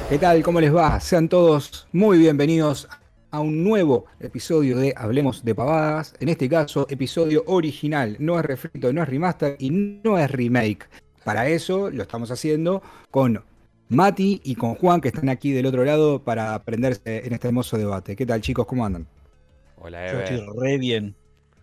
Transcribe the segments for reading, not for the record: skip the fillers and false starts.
¿Qué tal? ¿Cómo les va? Sean todos muy bienvenidos a un nuevo episodio de Hablemos de Pavadas. En este caso, episodio original. No es refrito, no es remaster y no es remake. Para eso lo estamos haciendo con Mati y con Juan, que están aquí del otro lado para aprenderse en este hermoso debate. ¿Qué tal, chicos? ¿Cómo andan? Hola, Yo estoy Ever. re bien,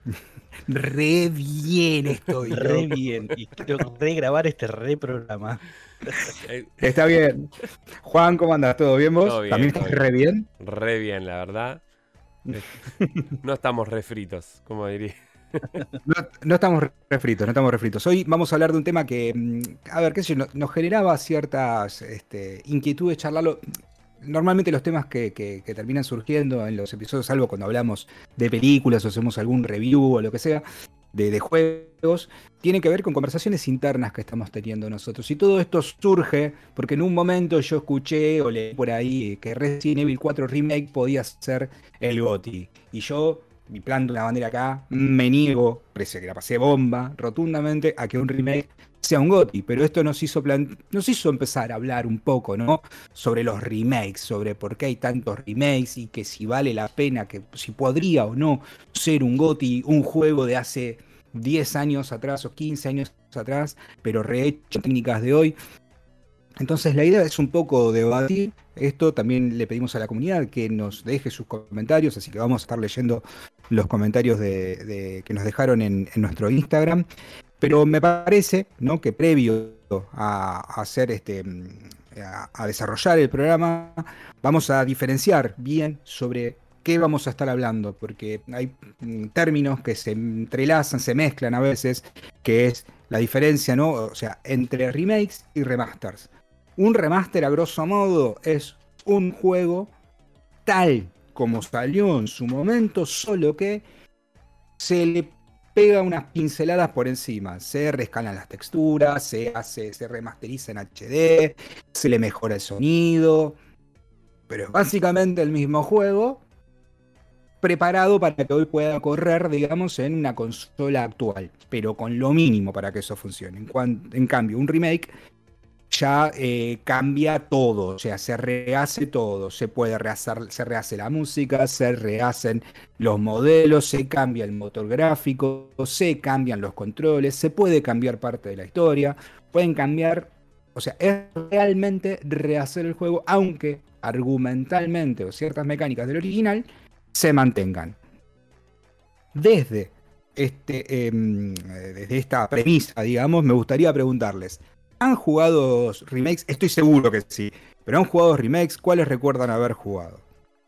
Re bien estoy, re loco. bien. Y quiero regrabar este re programa. Eh, Está bien. Juan, ¿cómo andas? ¿Todo bien Todo vos? bien, ¿También todo estás bien. re bien? Re bien, la verdad. Eh, No estamos refritos, como diría. No estamos refritos, no estamos refritos. Hoy vamos a hablar de un tema que, a ver, qué sé yo, nos generaba ciertas inquietudes charlarlo. Normalmente los temas que terminan surgiendo en los episodios, salvo cuando hablamos de películas o hacemos algún review o lo que sea, de juegos, tienen que ver con conversaciones internas que estamos teniendo nosotros. Y todo esto surge porque en un momento yo escuché o leí por ahí que Resident Evil 4 Remake podía ser el GOTY. Y yo, mi planto una bandera acá, me niego, parece que la pasé bomba, rotundamente, a que un remake sea un GOTY. Pero esto nos hizo empezar a hablar un poco, ¿no? Sobre los remakes, sobre por qué hay tantos remakes y que si vale la pena, que si podría o no ser un GOTY, un juego de hace 10 años atrás o 15 años atrás, pero rehecho en técnicas de hoy. Entonces la idea es un poco debatir esto. También le pedimos a la comunidad que nos deje sus comentarios, así que vamos a estar leyendo los comentarios que nos dejaron en nuestro Instagram. Pero me parece, ¿no?, que previo a hacer a desarrollar el programa, vamos a diferenciar bien sobre qué vamos a estar hablando, porque hay términos que se entrelazan, se mezclan a veces, que es la diferencia, ¿no? O sea, entre remakes y remasters. Un remaster, a grosso modo, es un juego tal como salió en su momento, solo que se le pega unas pinceladas por encima. Se rescalan las texturas, se remasteriza en HD, se le mejora el sonido. Pero es básicamente el mismo juego preparado para que hoy pueda correr, digamos, en una consola actual, pero con lo mínimo para que eso funcione. En cambio, un remake ya cambia todo, o sea, se rehace todo, se puede rehacer, se rehace la música, se rehacen los modelos, se cambia el motor gráfico, se cambian los controles, se puede cambiar parte de la historia, pueden cambiar, o sea, es realmente rehacer el juego, aunque argumentalmente o ciertas mecánicas del original se mantengan. Desde desde esta premisa, digamos, me gustaría preguntarles, ¿han jugado remakes? Estoy seguro que sí, pero ¿han jugado remakes? ¿Cuáles recuerdan haber jugado?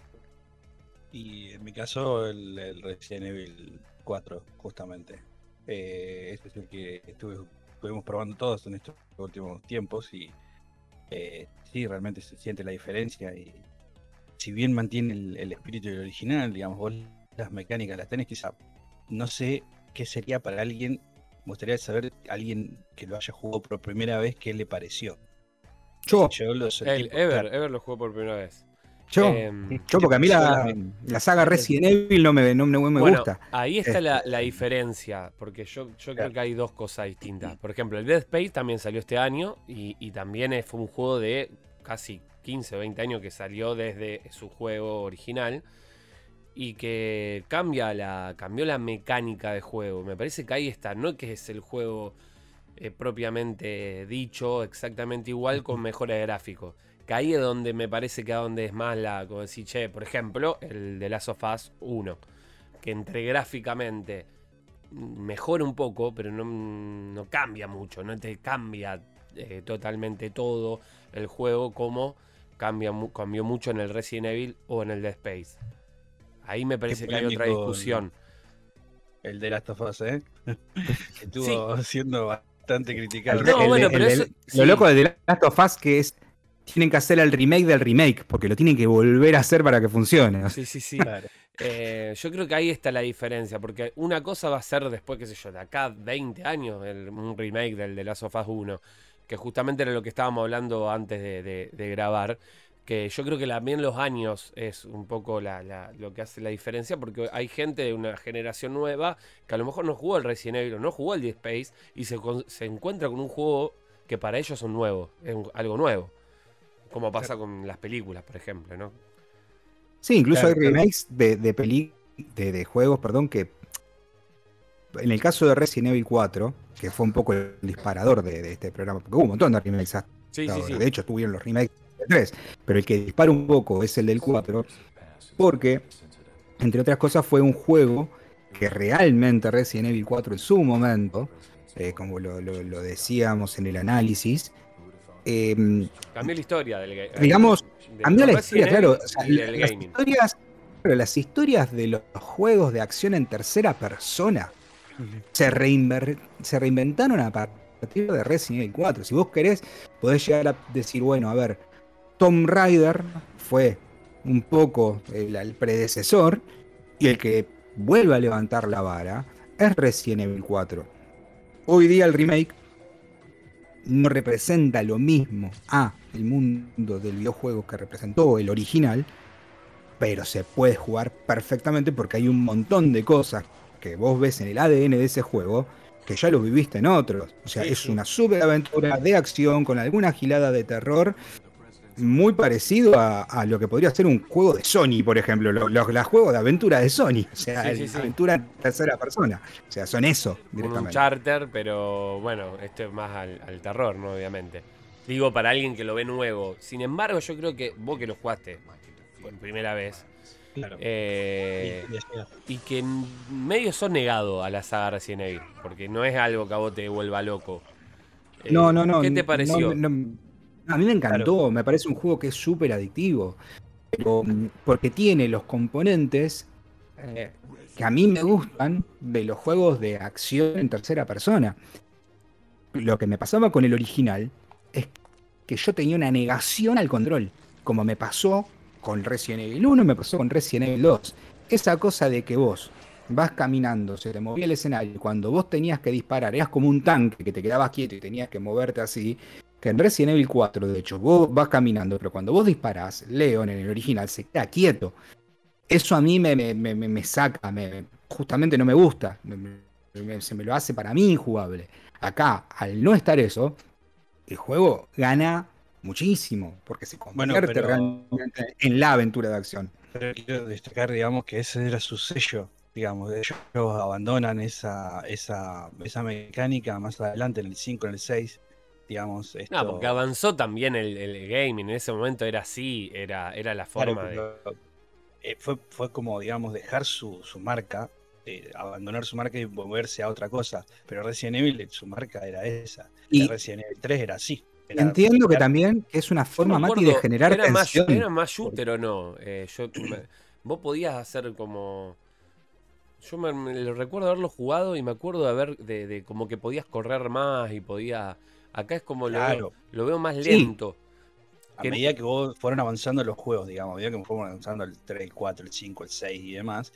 Y en mi caso, el Resident Evil 4, justamente. Este es el que estuvimos probando todos en estos últimos tiempos y sí, realmente se siente la diferencia. Y si bien mantiene el espíritu del original, digamos, vos las mecánicas las tenés, quizá no sé qué sería para alguien. Me gustaría saber alguien que lo haya jugado por primera vez, qué le pareció. Yo, Yo lo sentí, claro, Ever lo jugó por primera vez. yo, yo, porque a mí yo las la saga Resident Evil no me Bueno, gusta. ahí está la diferencia, porque yo creo claro, que hay dos cosas distintas. Por ejemplo, el Dead Space también salió este año y también fue un juego de casi 15 o 20 años que salió desde su juego original y que cambió la mecánica de juego. Me parece que ahí está, no que es el juego propiamente dicho exactamente igual con mejores gráficos. Que ahí es donde me parece que donde es más como decir, che, por ejemplo, el de Last of Us 1, que entre gráficamente mejora un poco, pero no cambia mucho, no te cambia totalmente todo el juego como cambió mucho en el Resident Evil o en el Dead Space. Ahí me parece que hay otra polémico discusión. el de Last of Us, ¿eh? Sí, Estuvo siendo bastante criticado. no, bueno, pero eso Lo sí. loco de The Last of Us que es, tienen que hacer el remake del remake, porque lo tienen que volver a hacer para que funcione. O sea, Sí, sí, sí. Claro. Yo creo que ahí está la diferencia, porque una cosa va a ser después, qué sé yo, de acá 20 años, un remake del de Last of Us 1, que justamente era lo que estábamos hablando antes de grabar, que yo creo que también los años es un poco lo que hace la diferencia, porque hay gente de una generación nueva que a lo mejor no jugó el Resident Evil o no jugó el Dead Space y se encuentra con un juego que para ellos es un nuevo, algo nuevo. Como pasa con las películas, por ejemplo, ¿no? Sí, incluso Claro, hay remakes de juegos, perdón, que en el caso de Resident Evil 4, que fue un poco el disparador de este programa, porque hubo un montón de remakes hasta Sí, sí, ahora. sí. De hecho, tuvieron los remakes de 3, pero el que dispara un poco es el del 4, porque, entre otras cosas, fue un juego que realmente Resident Evil 4 en su momento, como lo decíamos en el análisis, eh, Cambió la historia digamos, de cambió los la historia, Resident claro. Evil O sea, y del las gaming. historias, pero las historias de los juegos de acción en tercera persona se reinventaron a partir de Resident Evil 4. Si vos querés, podés llegar a decir, bueno, a ver, Tomb Raider fue un poco el predecesor y el que vuelve a levantar la vara es Resident Evil 4. Hoy día el remake no representa lo mismo a el mundo del videojuego que representó el original, pero se puede jugar perfectamente porque hay un montón de cosas que vos ves en el ADN de ese juego que ya lo viviste en otros. O sea, Sí, es sí. una super aventura de acción con alguna gilada de terror muy parecido a lo que podría ser un juego de Sony, por ejemplo, los juegos de aventura de Sony, o sea, Sí, sí, sí. aventura en tercera persona, o sea, son eso Un directamente. Uncharted, pero bueno, esto es más al terror, ¿no? Obviamente. Digo, para alguien que lo ve nuevo. Sin embargo, yo creo que vos que lo jugaste por primera vez, claro. y que en medio sos negado a la saga Resident Evil, porque no es algo que a vos te vuelva loco. No, no, no, ¿Qué te pareció? a mí me encantó, Claro. me parece un juego que es súper adictivo, pero porque tiene los componentes que a mí me gustan de los juegos de acción en tercera persona. Lo que me pasaba con el original es que yo tenía una negación al control, como me pasó con Resident Evil 1 y me pasó con Resident Evil 2. Esa cosa de que vos vas caminando, se te movía el escenario, y cuando vos tenías que disparar, eras como un tanque que te quedabas quieto y tenías que moverte así, que en Resident Evil 4, de hecho, vos vas caminando, pero cuando vos disparás, Leon en el original se queda quieto. Eso a mí me saca, justamente no me gusta, se me lo hace para mí injugable. Acá, al no estar eso, el juego gana muchísimo, porque se Bueno, convierte realmente en la aventura de acción. pero quiero destacar, digamos, que ese era su sello, digamos, ellos abandonan esa mecánica más adelante en el 5, en el 6, digamos, No, porque esto. avanzó también el gaming. En ese momento era así, era la Claro, forma de. pero fue como, digamos, dejar su marca, abandonar su marca y moverse a otra cosa. Pero Resident Evil, su marca era esa. Y Resident Evil 3 era así. Era entiendo que pegar. también es una Yo me forma, Mati, de acuerdo, generar era tensión. más shooter o no. Vos podías hacer como. Yo me lo recuerdo haberlo jugado y me acuerdo de haber de como que podías correr más y podía. Acá es como Claro. lo veo más Sí. lento. A medida que fueron avanzando los juegos, digamos, a medida que fueron avanzando el 3, el 4, el 5, el 6 y demás,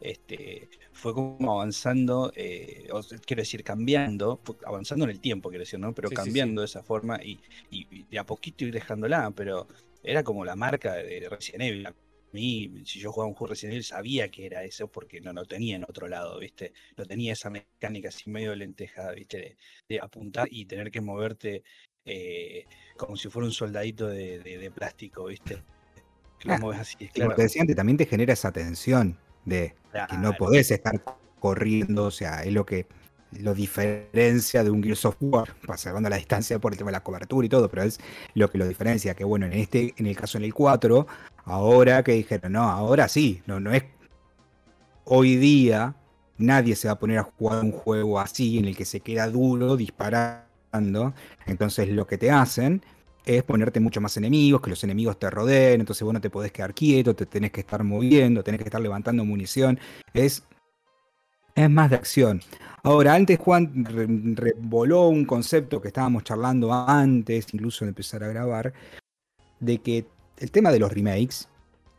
fue como avanzando, quiero decir, cambiando, avanzando en el tiempo, quiero decir, ¿no? Pero Sí, cambiando de esa forma y de a poquito ir dejándola, pero era como la marca de Resident Evil. A mí, si yo jugaba un juego Resident Evil, sabía que era eso porque no lo tenía en otro lado, ¿viste? No tenía esa mecánica así medio de lenteja, ¿viste? De apuntar y tener que moverte como si fuera un soldadito de plástico, ¿viste? Que lo mueves así, Como claro. te decía antes, también te genera esa tensión de que no podés estar corriendo, o sea, es lo que lo diferencia de un Gears of War, pasando la distancia por el tema de la cobertura y todo, pero es lo que lo diferencia, que bueno, en el caso en el 4, ahora que dijeron, no, ahora sí, no es hoy día, nadie se va a poner a jugar un juego así en el que se queda duro disparando, entonces lo que te hacen es ponerte mucho más enemigos, que los enemigos te rodeen, entonces vos no te podés quedar quieto, te tenés que estar moviendo, tenés que estar levantando munición, es más de acción. Ahora, antes Juan voló un concepto que estábamos charlando antes, incluso de empezar a grabar, de que el tema de los remakes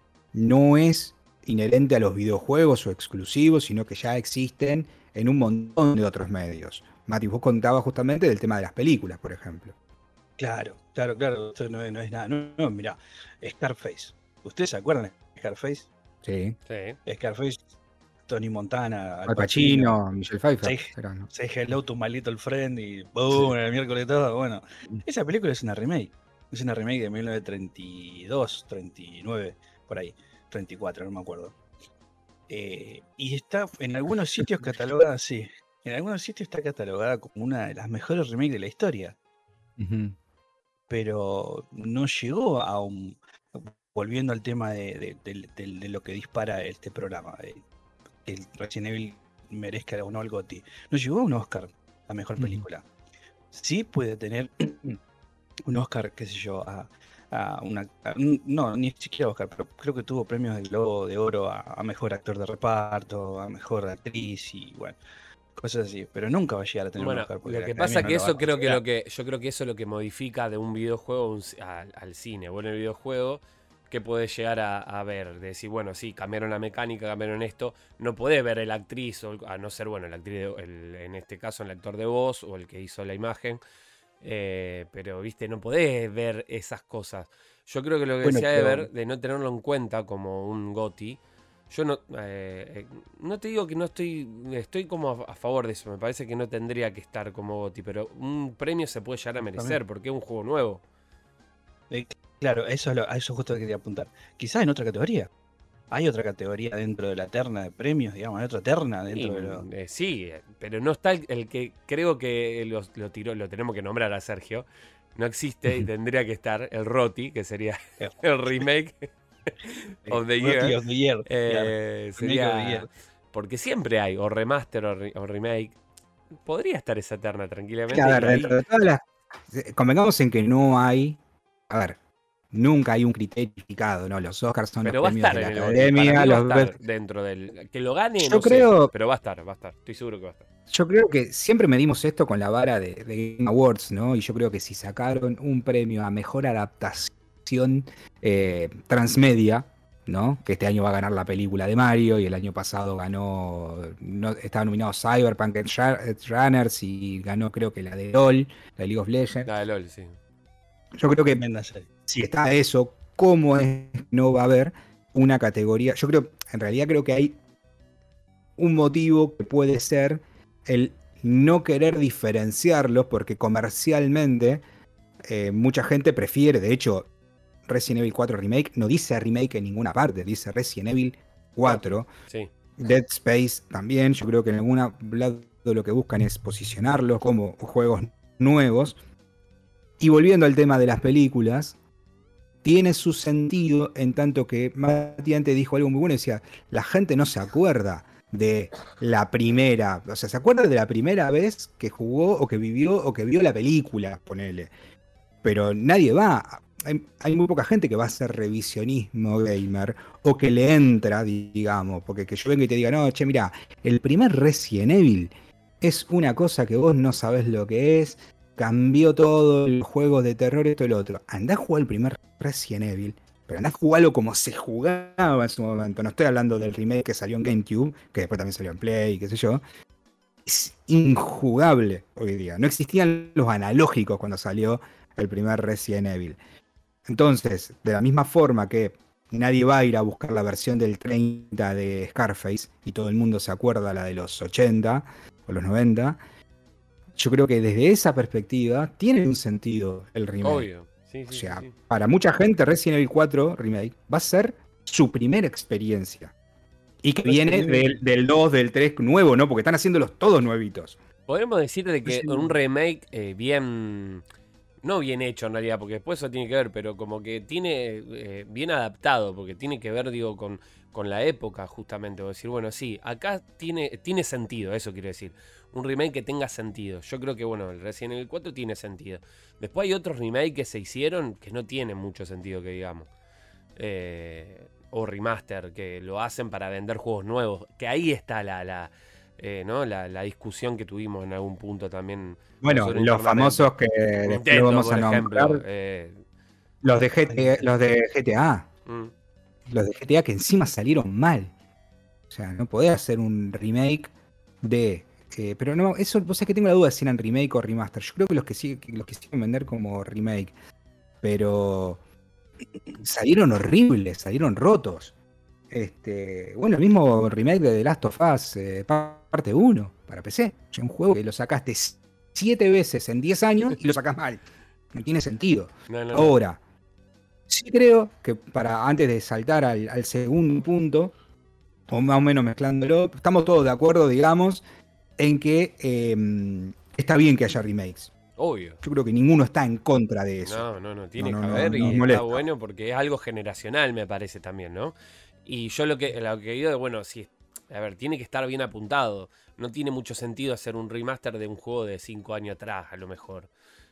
no es inherente a los videojuegos o exclusivos, sino que ya existen en un montón de otros medios. Mati, vos contabas justamente del tema de las películas, por ejemplo. Claro. Esto no es nada. No, mirá, Scarface. ¿Ustedes se acuerdan de Scarface? Sí. Scarface, Tony Montana, Al Pacino, Michelle Pfeiffer. Say hello to my little friend y boom, el miércoles todo. Bueno, esa película es una remake. Es una remake de 1932, 39, por ahí, 34, no me acuerdo. Y está en algunos sitios catalogada, sí, en algunos sitios está catalogada como una de las mejores remakes de la historia, Ujú. pero no llegó a un... Volviendo al tema de lo que dispara este programa, que el Resident Evil merezca o no el GOTY, no llegó a un Oscar a mejor Ujú. película. Sí puede tener un Oscar, qué sé yo, no, ni siquiera Oscar, pero creo que tuvo premios de Globo de Oro a mejor actor de reparto, a mejor actriz y bueno, cosas así, pero nunca va a llegar a tener un Bueno, Oscar porque lo la que academia pasa no que lo va a eso creo que considerar. yo creo que eso es lo que modifica de un videojuego al cine. Bueno, el videojuego, que puedes llegar a ver? De decir, bueno, sí, cambiaron la mecánica, cambiaron esto. No podés ver el actriz, a no ser, bueno, el actriz, en este caso, el actor de voz o el que hizo la imagen. Pero, viste, no podés ver esas cosas. Yo creo que lo que Bueno, se ha de pero ver, de no tenerlo en cuenta como un GOTY, yo no te digo que no estoy como a favor de eso, me parece que no tendría que estar como GOTY, pero un premio se puede llegar a también, merecer porque es un juego nuevo. eh, claro, a eso justo quería apuntar. Quizás en otra categoría. Hay otra categoría dentro de la terna de premios, digamos, hay otra terna Y, dentro de lo... sí, pero no está el que creo que lo tiró, lo tenemos que nombrar a Sergio. No existe y Ujú. tendría que estar el ROTY, que sería el remake of the Rookie Year. of the Year, claro. Remake of the Sería. Year. Porque siempre hay, o remaster o remake. Podría estar esa terna Sí, a tranquilamente y ver, ahí. dentro de todas las. Convengamos en que no hay. A ver, nunca hay un criterio unificado, ¿no? Los Oscars son los Pero va a premios estar de la en el GOTY. Para academia, mí va a los estar dentro del. Que lo gane, Yo no sé. creo, Pero va a estar, va a estar. Estoy seguro que va a estar. yo creo que siempre medimos esto con la vara de Game Awards, ¿no? Y yo creo que si sacaron un premio a mejor adaptación transmedia, ¿no? Que este año va a ganar la película de Mario y el año pasado ganó, no, estaba nominado Cyberpunk Edge Runners y ganó creo que la de LOL, la de League of Legends. La de LOL, sí. Yo creo que Tremenda serie. si está eso, ¿cómo es que no va a haber una categoría? Yo creo, en realidad creo que hay un motivo que puede ser el no querer diferenciarlos porque comercialmente mucha gente prefiere, de hecho, Resident Evil 4 Remake no dice remake en ninguna parte, dice Resident Evil 4. Sí. Dead Space también, yo creo que en algún lado lo que buscan es posicionarlos como juegos nuevos. Y volviendo al tema de las películas, tiene su sentido en tanto que Mati antes dijo algo muy bueno, decía, la gente no se acuerda de la primera, o sea, se acuerda de la primera vez que jugó o que vivió o que vio la película, ponele. Pero nadie va, hay muy poca gente que va a hacer revisionismo gamer o que le entra, digamos, porque que yo venga y te diga, no, che, mira, el primer Resident Evil es una cosa que vos no sabés lo que es, cambió todo el juego de terror, esto y lo otro. Andá a jugar el primer Resident Evil, pero andá a jugarlo como se jugaba en su momento. No estoy hablando del remake que salió en GameCube, que después también salió en Play, qué sé yo. Es injugable hoy día. No existían los analógicos cuando salió el primer Resident Evil. Entonces, de la misma forma que nadie va a ir a buscar la versión del 30 de Scarface y todo el mundo se acuerda la de los 80 o los 90, yo creo que desde esa perspectiva tiene un sentido el remake. Obvio. Sí, O sí, sea, sí. para mucha gente Resident Evil 4 Remake va a ser su primera experiencia. Y que viene del 2, del 3 nuevo, ¿no? Porque están haciéndolos todos nuevitos. Podemos decir de que Resident- un remake bien. No bien hecho en realidad, porque después eso tiene que ver, pero como que tiene bien adaptado, porque tiene que ver, digo, con la época justamente. O decir, bueno, sí, acá tiene sentido, eso quiero decir. Un remake que tenga sentido. Yo creo que, bueno, el Resident Evil 4 tiene sentido. Después hay otros remakes que se hicieron que no tienen mucho sentido, que digamos. O remaster, que lo hacen para vender juegos nuevos. Que ahí está ¿no? la discusión que tuvimos en algún punto también. Bueno, nosotros los internamente. famosos que después Nintendo, vamos a por ejemplo. nombrar, los de GTA, Mm. los de GTA que encima salieron mal. O sea, no podés hacer un remake de... pero no, eso, vos sabés que tengo la duda de si eran remake o remaster. Yo creo que los que quisieron vender como remake. Pero salieron horribles, salieron rotos. Bueno, el mismo remake de The Last of Us, parte 1, para PC. Un juego que lo sacaste 7 veces en 10 años y lo sacás mal. No tiene sentido. No, no, no. Ahora, sí creo que antes de saltar al segundo punto, o más o menos mezclándolo, estamos todos de acuerdo, digamos, en que está bien que haya remakes. Obvio. Yo creo que ninguno está en contra de eso. No, tiene No, que no, haber nos y está molesta. bueno porque es algo generacional, me parece también, ¿no? Y yo lo que digo es, bueno, sí, a ver, tiene que estar bien apuntado. No tiene mucho sentido hacer un remaster de un juego de 5 años atrás, a lo mejor.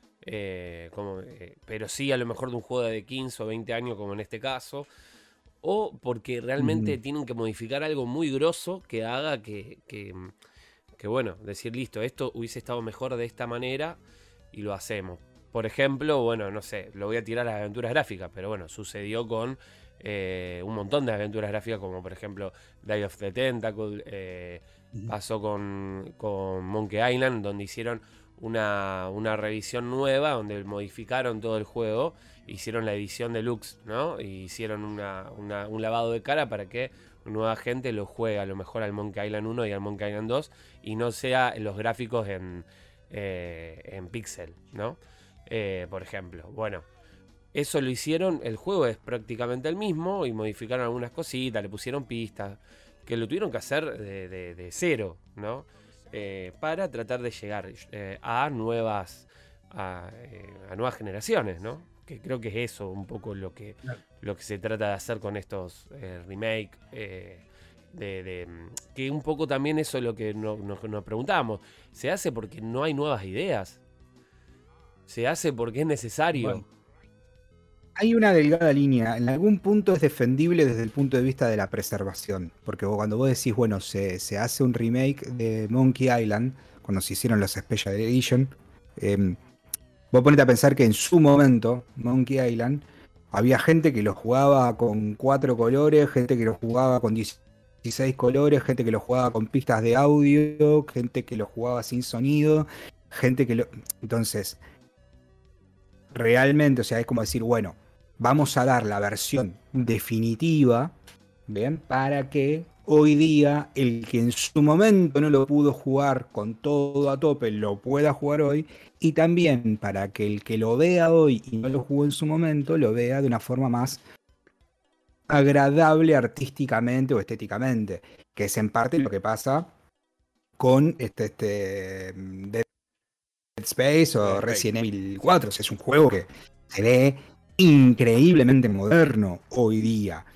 Pero sí, a lo mejor de un juego de 15 o 20 años, como en este caso. O porque realmente tienen que modificar algo muy grosso que haga que, bueno, decir, listo, esto hubiese estado mejor de esta manera y lo hacemos. Por ejemplo, bueno, no sé, lo voy a tirar a las aventuras gráficas, pero bueno, sucedió con un montón de aventuras gráficas, como por ejemplo Day of the Tentacle, pasó con Monkey Island, donde hicieron una revisión nueva, donde modificaron todo el juego, hicieron la edición deluxe, ¿no? Y hicieron un lavado de cara para que nueva gente lo juegue a lo mejor al Monkey Island 1 y al Monkey Island 2 y no sea los gráficos en pixel, ¿no? Por ejemplo, bueno, eso lo hicieron, el juego es prácticamente el mismo y modificaron algunas cositas, le pusieron pistas, que lo tuvieron que hacer de cero, ¿no? Para tratar de llegar a nuevas generaciones, ¿no? Que creo que es eso un poco lo que se trata de hacer con estos remake, que un poco también eso es lo que nos preguntamos. ¿Se hace porque no hay nuevas ideas? ¿Se hace porque es necesario? Bueno, hay una delgada línea. En algún punto es defendible desde el punto de vista de la preservación. Porque cuando vos decís, bueno, se hace un remake de Monkey Island, cuando se hicieron los Special Edition, vos ponete a pensar que en su momento, Monkey Island, había gente que lo jugaba con 4 colores, gente que lo jugaba con 16 colores, gente que lo jugaba con pistas de audio, gente que lo jugaba sin sonido, gente que lo... Entonces, realmente, o sea, es como decir, bueno, vamos a dar la versión definitiva, ¿bien? Para que hoy día el que en su momento no lo pudo jugar con todo a tope, lo pueda jugar hoy, y también para que el que lo vea hoy y no lo jugó en su momento, lo vea de una forma más agradable artísticamente o estéticamente, que es en parte lo que pasa con Dead Space o Resident Evil 4. O sea, es un juego que se ve increíblemente moderno hoy día.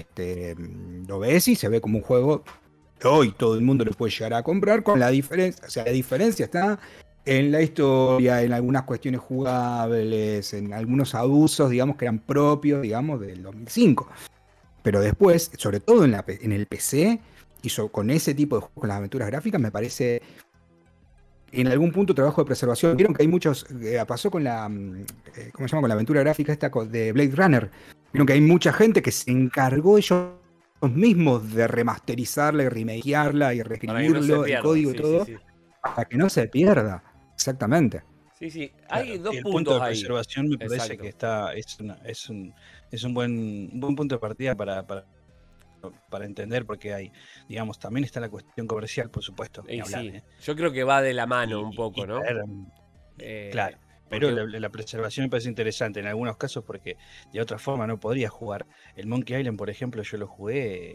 Lo ves y se ve como un juego que hoy todo el mundo lo puede llegar a comprar, con la diferencia, o sea, la diferencia está en la historia, en algunas cuestiones jugables, en algunos abusos, digamos, que eran propios, digamos, del 2005. Pero después, sobre todo en el PC, con ese tipo de juegos, con las aventuras gráficas, me parece en algún punto trabajo de preservación. Vieron que hay muchos, pasó con la, ¿cómo se llama? Con la aventura gráfica esta de Blade Runner. Vieron que hay mucha gente que se encargó ellos mismos de remasterizarla y remakearla y reescribirlo, el código y todo, para que no se pierda. Exactamente. Sí, hay dos el puntos punto de ahí. preservación me parece que es un buen punto de partida para entender, porque hay, digamos, también está la cuestión comercial, por supuesto. Sí. Yo creo que va de la mano un poco, ¿no? Claro, pero la preservación me parece interesante en algunos casos, porque de otra forma no podría jugar. El Monkey Island, por ejemplo, yo lo jugué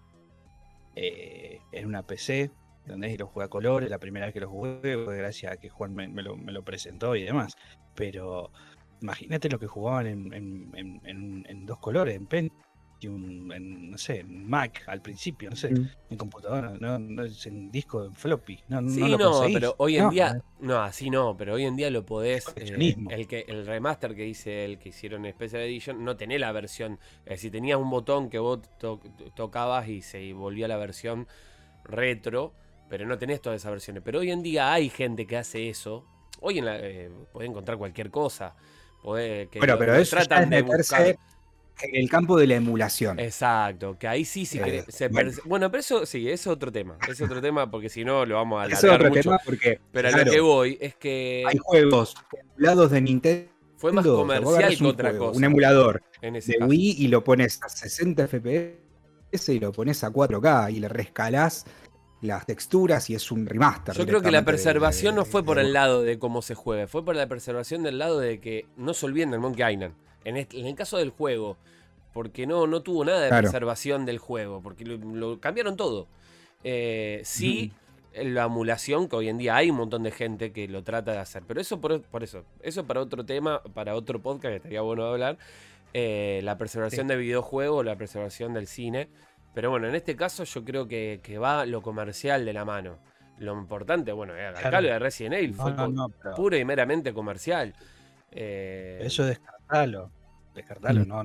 en una PC, ¿entendés? Y lo jugué a colores. La primera vez que lo jugué fue gracias a que Juan me lo presentó y demás. Pero imagínate lo que jugaban en 2 colores, en Pentium, en, no sé, en Mac al principio, no sé, en computadora, no es en disco, en floppy. No lo conseguís. Pero hoy en día, así no, pero hoy en día lo podés. El remaster que dice el que hicieron en Special Edition, no tenés la versión. Si tenías un botón que vos tocabas y se volvía la versión retro, pero no tenés todas esas versiones. Pero hoy en día hay gente que hace eso. Hoy podés encontrar cualquier cosa. Pero eso tratan de buscar en el campo de la emulación. Exacto, que ahí sí bueno, pero eso sí, es otro tema. Es otro tema porque si no lo vamos a alargar es otro mucho. Tema porque, pero a lo que voy es que hay juegos emulados de Nintendo. Fue más comercial que otra cosa. Un emulador de Wii y lo pones a 60 FPS y lo pones a 4K y le rescalás las texturas y es un remaster. Yo creo que la directamente preservación no fue por de- el lado de cómo se juega, fue por la preservación del lado de que no se olviden del Monkey Island. En el caso del juego, porque no tuvo nada de Claro. preservación del juego, porque lo cambiaron todo. Sí, la emulación, que hoy en día hay un montón de gente que lo trata de hacer, pero eso por eso. Eso para otro tema, para otro podcast que estaría bueno hablar. La preservación de videojuegos, la preservación del cine. Pero bueno, en este caso yo creo que va lo comercial de la mano. Lo importante, bueno, acá Claro. lo de Resident Evil fue Pero puro y meramente comercial. eso descartalo. Descartalo, Mm.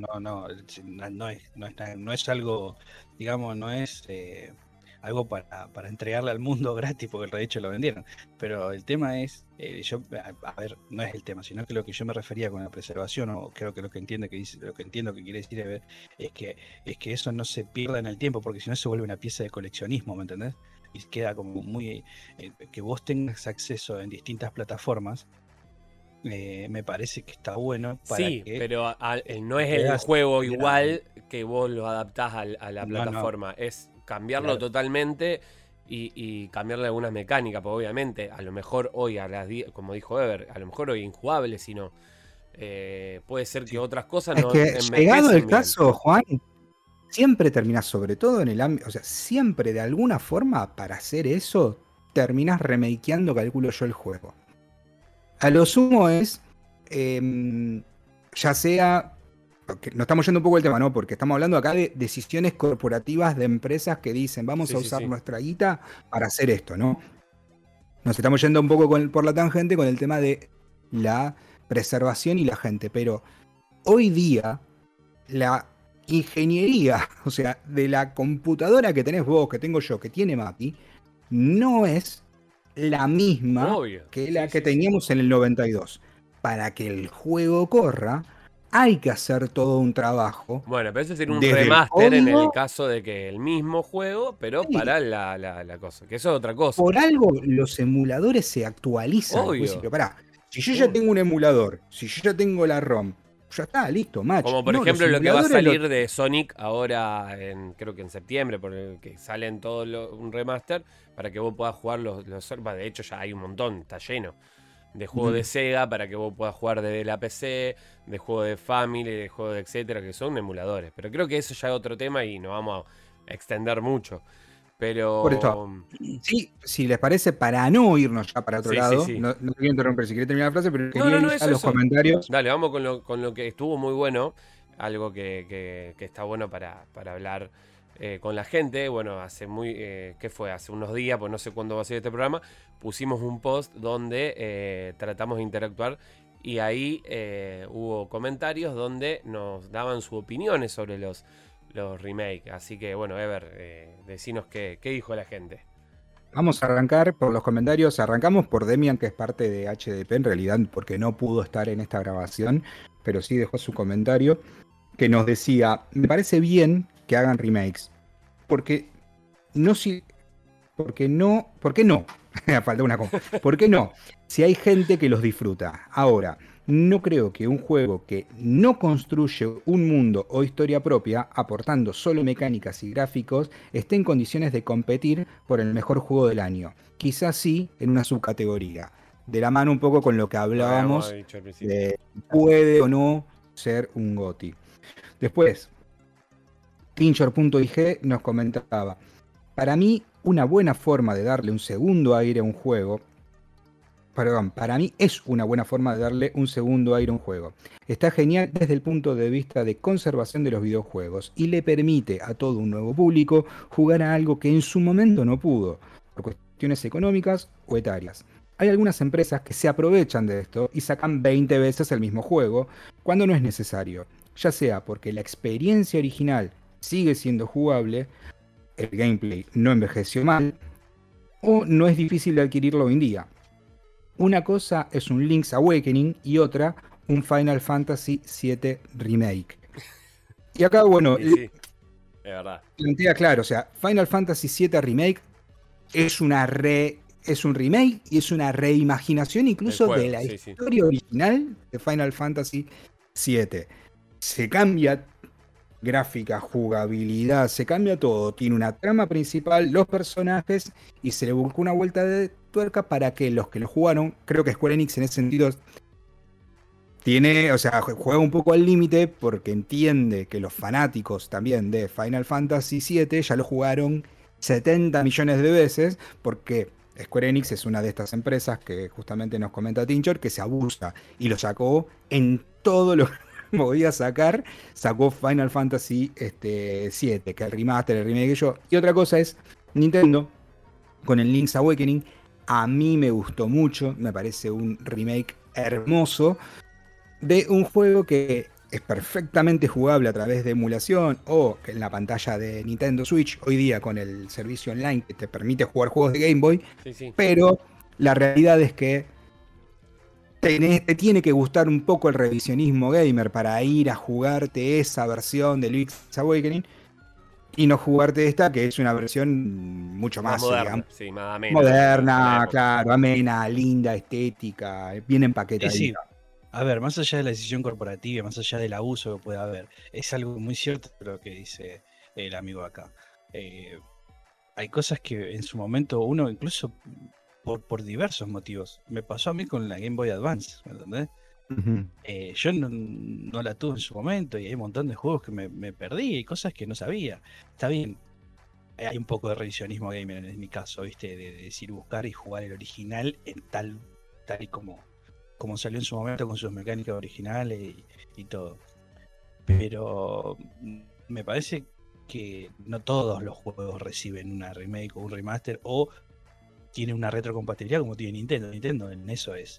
no es algo, digamos, no es algo para entregarle al mundo gratis, porque de hecho lo vendieron. Pero el tema es, a ver, no es el tema, sino que lo que yo me refería con la preservación, o creo que lo que entiendo que quiere decir Ever, es que eso no se pierda en el tiempo, porque si no se vuelve una pieza de coleccionismo, ¿me entendés? Y queda como muy, que vos tengas acceso en distintas plataformas. Me parece que está bueno para Sí, que pero no es el puedas juego acceder igual que vos lo adaptás a la No, no. plataforma. Es cambiarlo Claro. totalmente y cambiarle algunas mecánicas. Porque obviamente, a lo mejor hoy, a las 10, como dijo Ever, a lo mejor hoy injugable, sino puede ser que Sí. otras cosas Es no que llegado el envejecen bien. caso, Juan, siempre terminás, sobre todo en el ámbito, o sea, siempre de alguna forma para hacer eso, terminás remakeando, calculo yo, el juego. A lo sumo es, ya sea, porque nos estamos yendo un poco del tema, ¿no? Porque estamos hablando acá de decisiones corporativas de empresas que dicen, vamos Sí, a sí, usar sí. nuestra guita para hacer esto, ¿no? Nos estamos yendo un poco por la tangente con el tema de la preservación y la gente, pero hoy día la ingeniería, o sea, de la computadora que tenés vos, que tengo yo, que tiene Mati, no es la misma Obvio. que Sí, la que sí, sí. teníamos en el 92. Para que el juego corra, hay que hacer todo un trabajo. Bueno, pero eso sería un Desde el remaster en el código, caso de que el mismo juego, pero sí, para la cosa. Que eso es otra cosa. por algo los emuladores se actualizan. Vos decís, Obvio. pero pará, si yo ya tengo un emulador, si yo ya tengo la ROM, ya está, listo, match. Como por No, ejemplo los lo que va a emuladores salir de Sonic ahora, creo que en septiembre, porque salen todo un remaster para que vos puedas jugar de hecho ya hay un montón, está lleno de juegos de Sega para que vos puedas jugar desde la PC, de juegos de Family, de juegos de etcétera, que son emuladores. Pero creo que eso ya es otro tema y no vamos a extender mucho. Por eso, Pero sí, si les parece, para no irnos ya para otro sí, lado, sí. No quiero interrumpir si quería terminar la frase, pero No, quería ir eso, a los eso. comentarios. Dale, vamos con lo que estuvo muy bueno. Algo que está bueno para hablar con la gente. Bueno, ¿qué fue? Hace unos días, pues no sé cuándo va a ser este programa, pusimos un post donde tratamos de interactuar y ahí hubo comentarios donde nos daban sus opiniones sobre los remakes. Así que bueno, Ever, decinos qué dijo la gente. Vamos a arrancar por los comentarios. Arrancamos por Demian, que es parte de HDP, en realidad, porque no pudo estar en esta grabación, pero sí dejó su comentario, que nos decía, me parece bien que hagan remakes, porque no si... Porque no... ¿Por qué no? Falta una cosa. ¿Por qué no? Si hay gente que los disfruta. Ahora, no creo que un juego que no construye un mundo o historia propia, aportando solo mecánicas y gráficos, esté en condiciones de competir por el mejor juego del año. Quizás sí en una subcategoría. De la mano un poco con lo que hablábamos Dicho al principio. de puede o no ser un GOTY. Después, Tincher.ig nos comentaba, para mí una buena forma de darle un segundo aire a un juego, para mí es una buena forma de darle un segundo aire a un juego. Está genial desde el punto de vista de conservación de los videojuegos y le permite a todo un nuevo público jugar a algo que en su momento no pudo, por cuestiones económicas o etarias. Hay algunas empresas que se aprovechan de esto y sacan 20 veces el mismo juego cuando no es necesario, ya sea porque la experiencia original sigue siendo jugable, el gameplay no envejeció mal, o no es difícil de adquirirlo hoy en día. Una cosa es un Link's Awakening y otra un Final Fantasy VII Remake. Y acá, bueno, Y sí, es verdad. plantea claro, o sea, Final Fantasy VII Remake es un remake y es una reimaginación incluso Del juego, de la sí, sí. historia original de Final Fantasy VII. Se cambia gráfica, jugabilidad, se cambia todo. Tiene una trama principal, los personajes, y se le buscó una vuelta de tuerca para que los que lo jugaron, creo que Square Enix en ese sentido tiene, o sea, juega un poco al límite porque entiende que los fanáticos también de Final Fantasy VII ya lo jugaron 70 millones de veces, porque Square Enix es una de estas empresas que justamente nos comenta Tincher, que se abusa y lo sacó en todo lo que podía sacar, sacó Final Fantasy VII, que el remaster, el remake, yo. Y otra cosa es Nintendo con el Link's Awakening. A mí me gustó mucho, me parece un remake hermoso de un juego que es perfectamente jugable a través de emulación o en la pantalla de Nintendo Switch, hoy día con el servicio online que te permite jugar juegos de Game Boy, Sí. pero la realidad es que te tiene que gustar un poco el revisionismo gamer para ir a jugarte esa versión de Link's Awakening y no jugarte esta, que es una versión mucho más moderna, digamos, sí, más amena. moderna, claro, amena, linda, estética, bien empaquetadita. Sí. A ver, más allá de la decisión corporativa, más allá del abuso que pueda haber, es algo muy cierto lo que dice el amigo acá. Hay cosas que en su momento uno, incluso por diversos motivos, me pasó a mí con la Game Boy Advance, ¿me entendés? Ujú. Yo no la tuve en su momento y hay un montón de juegos que me perdí y cosas que no sabía. Está bien, hay un poco de revisionismo gamer en mi caso, ¿viste? De decir buscar y jugar el original en tal y como salió en su momento con sus mecánicas originales y todo. Pero me parece que no todos los juegos reciben una remake o un remaster o tienen una retrocompatibilidad como tiene Nintendo. Nintendo en eso es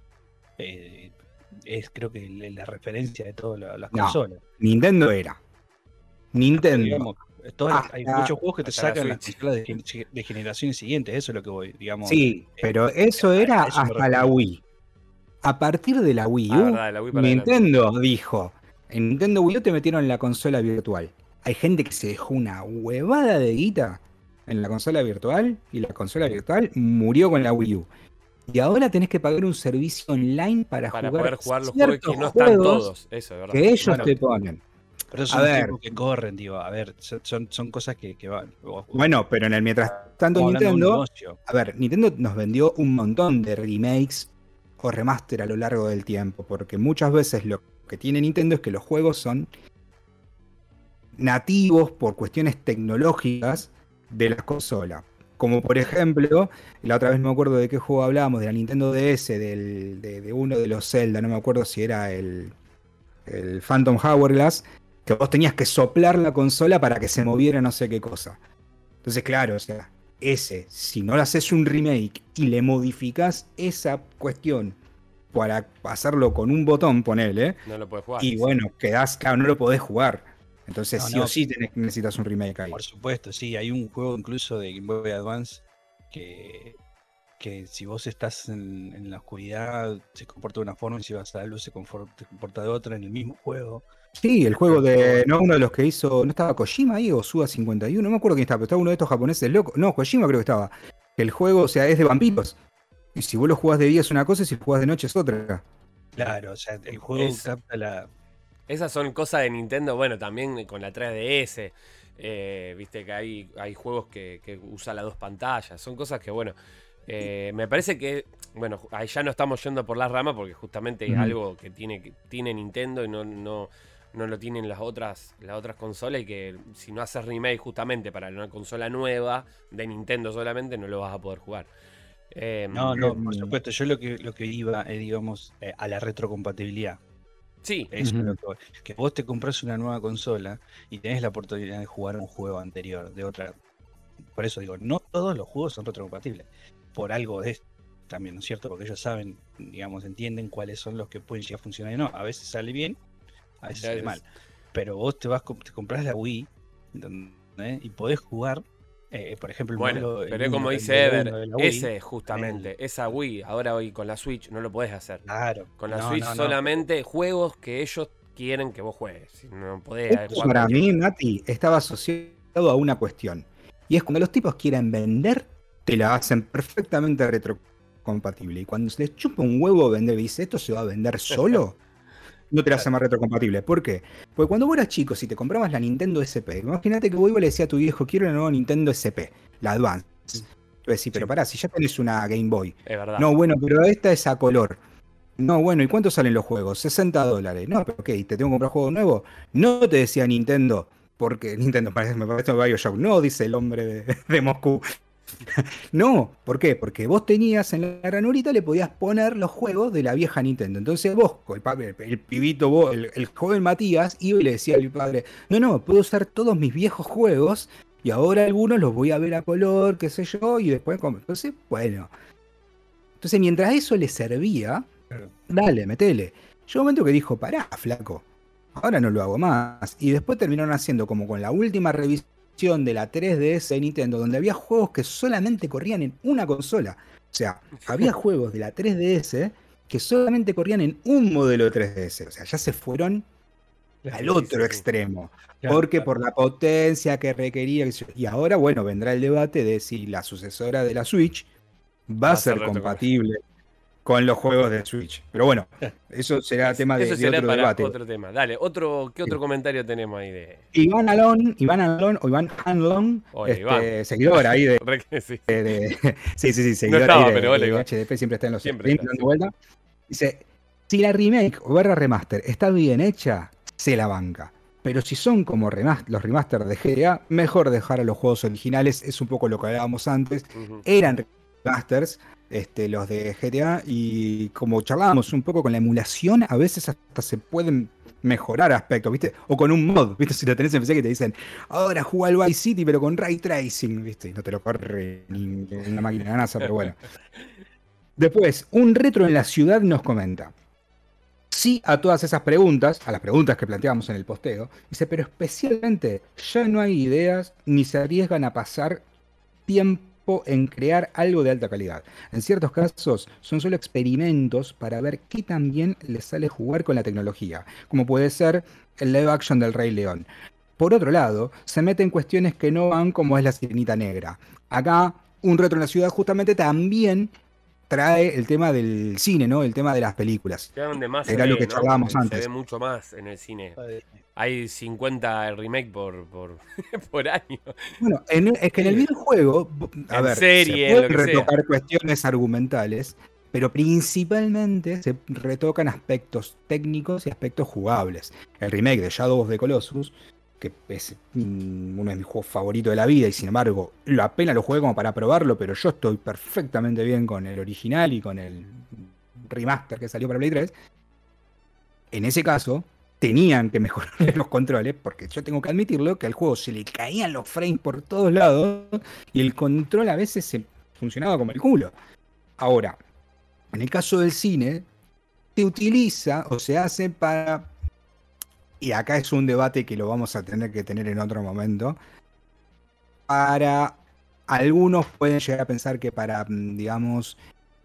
creo que la referencia de todas las No, consolas. Nintendo era. Nintendo. Digamos, hay muchos juegos que te hasta la sacan las Switch. consolas de generaciones siguientes, eso es lo que voy, digamos. Sí, pero eso era a eso me hasta la refiero. Wii. A partir de la Wii U, Verdad, de la Wii para Nintendo dijo, en Nintendo Wii U te metieron la consola virtual. Hay gente que se dejó una huevada de guita en la consola virtual y la consola virtual murió con la Wii U. Y ahora tenés que pagar un servicio online para poder jugar los juegos ciertos que no están juegos todos. Eso es verdad. que ellos Bueno, te ponen. Pero esos A son los ver. tiempos que corren, digo. A ver, son cosas que van. Bueno, pero en el mientras tanto Estamos hablando de un Nintendo, negocio. a ver, Nintendo nos vendió un montón de remakes o remaster a lo largo del tiempo, porque muchas veces lo que tiene Nintendo es que los juegos son nativos por cuestiones tecnológicas de las consolas. Como por ejemplo, la otra vez no me acuerdo de qué juego hablábamos, de la Nintendo DS, de uno de los Zelda, no me acuerdo si era el Phantom Hourglass, que vos tenías que soplar la consola para que se moviera no sé qué cosa. Entonces, claro, o sea, si no le haces un remake y le modificás esa cuestión para hacerlo con un botón, ponele, No lo puedes jugar. y bueno, claro, no lo podés jugar. Entonces, No, sí o sí necesitas un remake ahí. Por supuesto, sí. Hay un juego incluso de Game Boy Advance que si vos estás en la oscuridad se comporta de una forma y si vas a la luz se comporta de otra en el mismo juego. Sí, el juego no uno de los que hizo, ¿no estaba Kojima ahí o Suda51? No me acuerdo quién estaba, pero estaba uno de estos japoneses locos. No, Kojima creo que estaba. El juego, o sea, es de vampiros. Y si vos lo jugás de día es una cosa y si lo jugás de noche es otra. Claro, o sea, el juego capta la... Esas son cosas de Nintendo, bueno, también con la 3DS. Viste que hay juegos que usan las dos pantallas. Son cosas que, bueno, me parece que, bueno, ahí ya no estamos yendo por las ramas porque justamente es algo que tiene Nintendo y no lo tienen las otras consolas y que si no haces remake justamente para una consola nueva de Nintendo solamente no lo vas a poder jugar. No, por supuesto, yo lo que iba, digamos, a la retrocompatibilidad. Sí. Eso es lo que voy. Que vos te compras una nueva consola y tenés la oportunidad de jugar un juego anterior, de otra. Por eso digo, no todos los juegos son retrocompatibles. Por algo es también, ¿no es cierto? Porque ellos saben, digamos, entienden cuáles son los que pueden llegar a funcionar y no. A veces sale bien, a veces sale mal. Pero vos te compras la Wii, ¿entendés? Y podés jugar, por ejemplo, pero como dice Ever, ese justamente, esa Wii, ahora hoy con la Switch no lo podés hacer. Claro. Con la Switch solamente juegos que ellos quieren que vos juegues. Si no podés Esto para mí, Mati, estaba asociado a una cuestión. Y es cuando los tipos quieren vender, te la hacen perfectamente retrocompatible. Y cuando se les chupa un huevo vender y dice, ¿esto se va a vender solo? no te la hace más retrocompatible. ¿Por qué? Porque cuando vos eras chico, si te comprabas la Nintendo SP, imagínate que vos le decías a tu viejo, quiero una nueva Nintendo SP, la Advance. Tú decís, pero pará, si ya tenés una Game Boy. Es verdad. No, bueno, pero esta es a color. No, bueno, ¿y cuánto salen los juegos? $60. No, pero ok, ¿te tengo que comprar juego nuevo? No te decía Nintendo, porque Nintendo me parece BioShock. No, dice el hombre de Moscú. No, ¿por qué? Porque vos tenías en la ranurita, le podías poner los juegos de la vieja Nintendo. Entonces vos, el pibito, vos, el joven Matías, iba y le decía al padre, no, puedo usar todos mis viejos juegos y ahora algunos los voy a ver a color, qué sé yo, y después... Entonces, bueno. Entonces, mientras eso le servía, dale, metele. Llegó un momento que dijo, pará, flaco, ahora no lo hago más. Y después terminaron haciendo como con la última revisión de la 3DS de Nintendo, donde había juegos que solamente corrían en una consola. O sea, había juegos de la 3DS que solamente corrían en un modelo 3DS. O sea, ya se fueron al otro extremo. Porque por la potencia que requería. Y ahora, bueno, vendrá el debate de si la sucesora de la Switch va a ser compatible con los juegos de Switch. Pero bueno, eso será tema de otro debate. Otro tema. Dale, ¿qué otro comentario tenemos ahí de Iván Hanlon, seguidor ahí de sí, seguidor no estaba, ahí pero de HDP, siempre está en los streams dando vuelta. Dice, si la remake o remaster está bien hecha, se la banca. Pero si son como los remaster de GTA, mejor dejar a los juegos originales. Es un poco lo que hablábamos antes. Eran remasters, los de GTA, y como charlábamos un poco con la emulación, a veces hasta se pueden mejorar aspectos, ¿viste? O con un mod, ¿viste? Si lo tenés en PC que te dicen, ahora juega al Vice City pero con Ray Tracing, ¿viste? Y no te lo corre ni una máquina de NASA, pero bueno. Después, un retro en la ciudad nos comenta. Sí a todas esas preguntas, a las preguntas que planteábamos en el posteo, dice, pero especialmente ya no hay ideas ni se arriesgan a pasar tiempo en crear algo de alta calidad. En ciertos casos son solo experimentos para ver qué tan bien les sale jugar con la tecnología, como puede ser el live action del Rey León. Por otro lado, se mete en cuestiones que no van como es la Sirenita Negra. Acá, un retro en la ciudad justamente también trae el tema del cine, ¿no? El tema de las películas. Era lo que charlábamos antes. Se ve mucho más en el cine. Hay 50 remake por año. Bueno, es que en el videojuego, a ver, serie, se pueden retocar cuestiones argumentales, pero principalmente se retocan aspectos técnicos y aspectos jugables. El remake de Shadow of the Colossus, que es uno de mis juegos favoritos de la vida, y sin embargo, apenas lo jugué como para probarlo, pero yo estoy perfectamente bien con el original y con el remaster que salió para Play 3. En ese caso, tenían que mejorar los controles, porque yo tengo que admitirlo, que al juego se le caían los frames por todos lados, y el control a veces se funcionaba como el culo. Ahora, en el caso del cine, se utiliza o se hace para... Y acá es un debate que lo vamos a tener que tener en otro momento. Para algunos pueden llegar a pensar que para, digamos,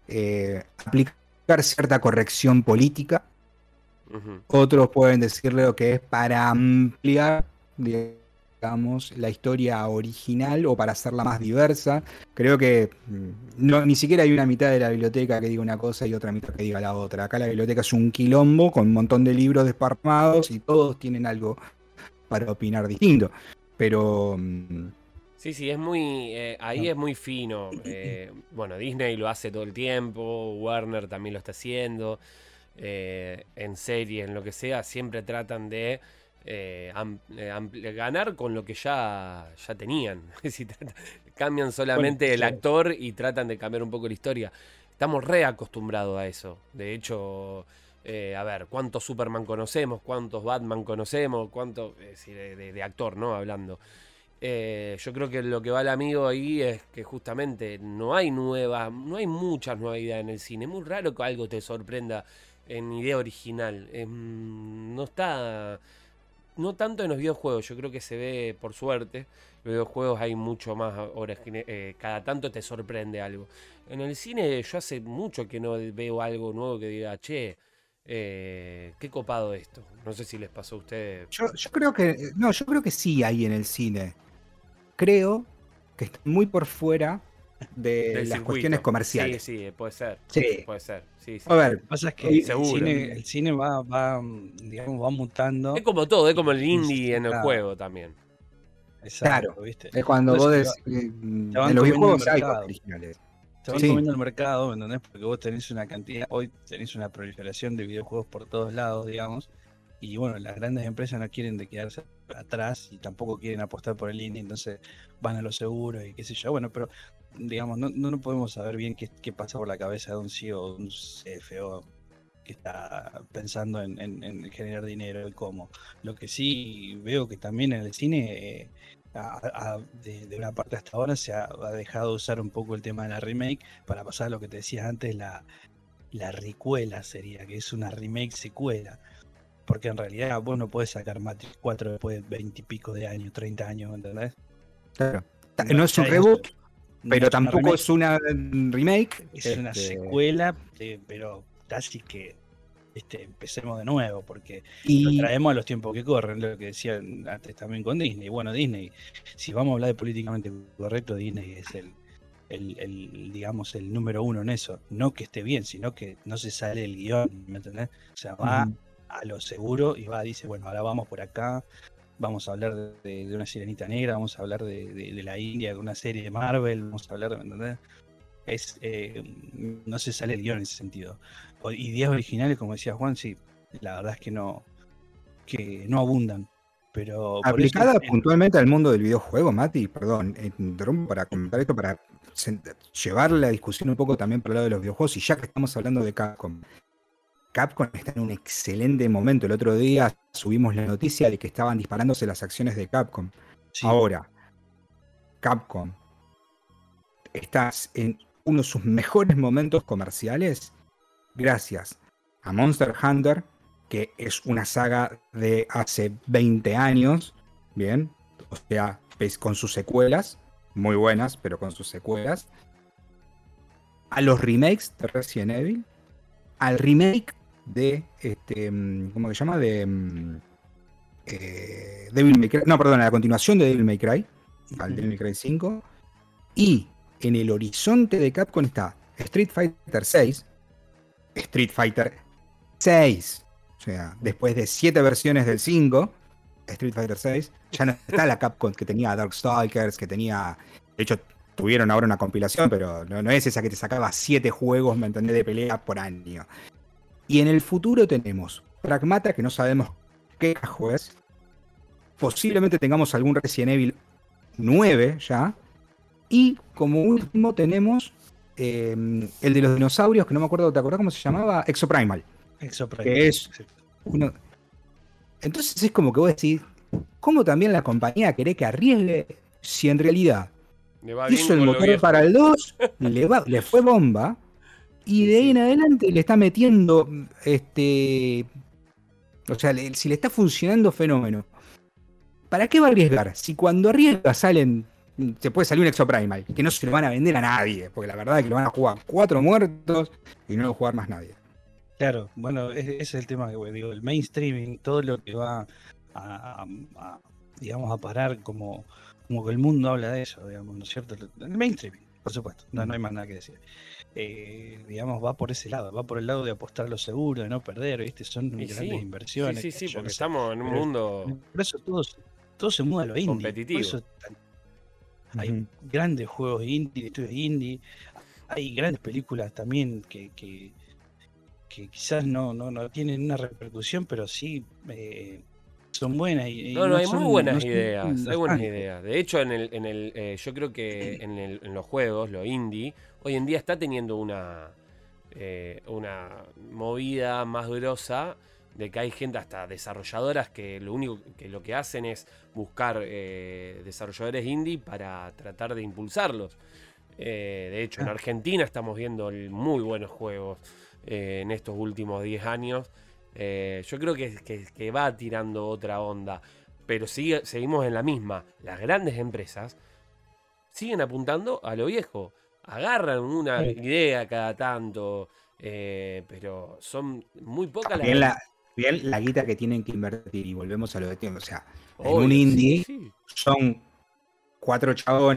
aplicar cierta corrección política. Otros pueden decirle que es para ampliar, digamos, la historia original o para hacerla más diversa. Creo que ni siquiera hay una mitad de la biblioteca que diga una cosa y otra mitad que diga la otra. Acá la biblioteca es un quilombo con un montón de libros desparramados y todos tienen algo para opinar distinto. Pero... Sí, es muy... ahí es muy fino. Bueno, Disney lo hace todo el tiempo, Warner también lo está haciendo. En series, en lo que sea, siempre tratan de ganar con lo que ya tenían. Cambian solamente el actor y tratan de cambiar un poco la historia. Estamos reacostumbrados a eso. De hecho, a ver, ¿cuántos Superman conocemos? ¿Cuántos Batman conocemos? ¿Cuántos de actor, ¿no? Hablando. Yo creo que lo que va el amigo ahí es que justamente no hay muchas nuevas ideas en el cine. Es muy raro que algo te sorprenda en idea original. No está... No tanto en los videojuegos, yo creo que se ve, por suerte, en los videojuegos hay mucho más horas, cada tanto te sorprende algo. En el cine yo hace mucho que no veo algo nuevo que diga, che, qué copado esto. No sé si les pasó a ustedes. Yo creo que sí hay en el cine. Creo que está muy por fuera de Del las circuito. cuestiones comerciales. Sí, puede ser. Sí. Puede ser. Sí, sí. A ver, Lo que pasa es que y- Seguro. el cine digamos, va mutando. Es como todo, es como el y indie en el necesita- juego también. claro, Exacto, ¿viste? es cuando vos Entonces en te van los comiendo el videojuegos hay cosas mercado. originales. Te van Sí, comiendo el mercado, ¿me entendés? Porque vos tenés una cantidad, hoy tenés una proliferación de videojuegos por todos lados, digamos. Y bueno, las grandes empresas no quieren de quedarse atrás y tampoco quieren apostar por el indie, entonces van a lo seguro y qué sé yo. Bueno, pero digamos, no podemos saber bien qué pasa por la cabeza de un CEO o de un CFO que está pensando en generar dinero y cómo. Lo que sí veo que también en el cine, de una parte hasta ahora, ha dejado de usar un poco el tema de la remake para pasar a lo que te decías antes, la recuela sería, que es una remake secuela. Porque en realidad vos no podés sacar Matrix 4 después de 20 y pico de años, 30 años, ¿entendés? claro. No, No es ya un es reboot, no pero es una tampoco remake, es una remake. es una secuela, pero casi que empecemos de nuevo, porque lo Y traemos a los tiempos que corren, lo que decían antes también con Disney. Bueno, Disney, si vamos a hablar de políticamente correcto, Disney es digamos, el número uno en eso. No que esté bien, sino que no se sale el guión, ¿me entendés? O sea, va a lo seguro y dice, bueno, ahora vamos por acá, vamos a hablar de una sirenita negra, vamos a hablar de la India, de una serie de Marvel, vamos a hablar, ¿me entendés? No se sale el guión en ese sentido. Ideas originales, como decía Juan, sí, la verdad es que no abundan. Pero por eso aplicada puntualmente al mundo del videojuego, Mati, perdón, interrumpo para comentar esto, para llevar la discusión un poco también por el lado de los videojuegos, y ya que estamos hablando de Capcom. Capcom está en un excelente momento. El otro día subimos la noticia de que estaban disparándose las acciones de Capcom. sí, Ahora, Capcom está en uno de sus mejores momentos comerciales gracias a Monster Hunter, que es una saga de hace 20 años, bien, o sea, con sus secuelas, muy buenas, pero con sus secuelas, a los remakes de Resident Evil, al remake de, ¿cómo se llama? De Devil May Cry, no, perdón, a la continuación de Devil May Cry, al Devil May Cry 5, y en el horizonte de Capcom está Street Fighter 6, Street Fighter 6, o sea, después de 7 versiones del 5, Street Fighter 6, ya no está la Capcom que tenía Darkstalkers, que tenía, de hecho, tuvieron ahora una compilación, pero no es esa que te sacaba 7 juegos, ¿me entendés?, de pelea por año. Y en el futuro tenemos Pragmata, que no sabemos qué cajo es. Posiblemente tengamos algún Resident Evil 9 ya. Y como último tenemos el de los dinosaurios, que no me acuerdo, ¿te acordás cómo se llamaba? Exoprimal. Que es uno. Entonces es como que vos decís, ¿cómo también la compañía quiere que arriesgue si en realidad hizo el motor para el 2, le fue bomba? Y de ahí en adelante le está metiendo, o sea, si le está funcionando, fenómeno. ¿Para qué va a arriesgar? Si cuando arriesga se puede salir un Exoprimal, que no se lo van a vender a nadie, porque la verdad es que lo van a jugar 4 muertos y no lo va a jugar más nadie. Claro, bueno, ese es el tema que digo, el mainstreaming, todo lo que va digamos, a parar como que el mundo habla de eso, digamos, ¿no es cierto? El mainstreaming, por supuesto, no hay más nada que decir. Digamos, va por ese lado, va por el lado de apostar lo seguro, de no perder, ¿viste? Son grandes inversiones. Sí, porque estamos en un mundo. Por eso todo se muda a lo indie. Competitivo. Por eso hay grandes juegos indie, estudios indie, hay grandes películas también que quizás no tienen una repercusión, pero sí son buenas. Hay muy buenas ideas. Hay buenas ideas. De hecho, yo creo que en los juegos, lo indie, hoy en día está teniendo una movida más grosa de que hay gente, hasta desarrolladoras, que lo que hacen es buscar desarrolladores indie para tratar de impulsarlos. De hecho, en Argentina estamos viendo muy buenos juegos en estos últimos 10 años. Yo creo que va tirando otra onda, pero seguimos en la misma. Las grandes empresas siguen apuntando a lo viejo, agarran una idea cada tanto, pero son muy pocas bien la guita que tienen que invertir, y volvemos a lo de tiempo. O sea, en un indie son 4 chabones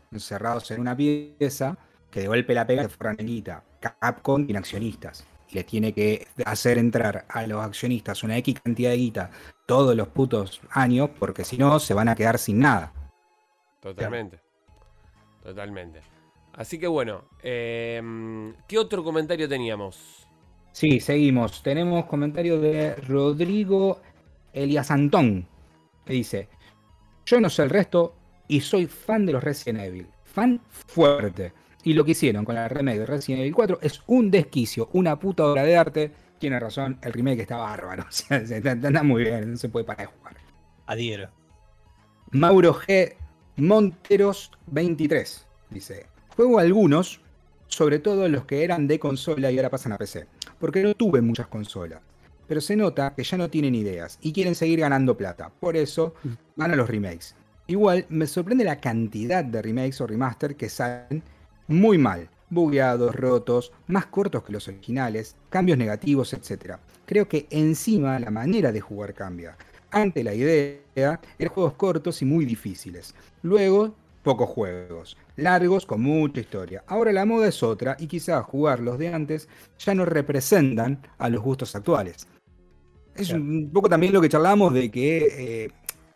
encerrados en una pieza, que de golpe la pega y se forran en guita. Capcom tiene accionistas. Y les tiene que hacer entrar a los accionistas una X cantidad de guita todos los putos años, porque si no, se van a quedar sin nada. Totalmente. Totalmente. Así que bueno, ¿qué otro comentario teníamos? Sí, seguimos. Tenemos comentario de Rodrigo Eliasantón, que dice: yo no sé el resto y soy fan de los Resident Evil. Fan fuerte. Y lo que hicieron con la remake de Resident Evil 4 es un desquicio, una puta obra de arte. Tiene razón, el remake está bárbaro. O sea, anda muy bien, no se puede parar de jugar. Adhiero. Mauro G. Monteros 23 dice: juego algunos, sobre todo los que eran de consola y ahora pasan a PC, porque no tuve muchas consolas. Pero se nota que ya no tienen ideas y quieren seguir ganando plata. Por eso van a los remakes. Igual me sorprende la cantidad de remakes o remaster que salen muy mal. Bugueados, rotos, más cortos que los originales, cambios negativos, etc. Creo que encima la manera de jugar cambia. Antes la idea eran juegos cortos y muy difíciles. Luego, pocos juegos, largos con mucha historia. Ahora la moda es otra y quizás jugar los de antes ya no representan a los gustos actuales. Es un poco también lo que charlamos de que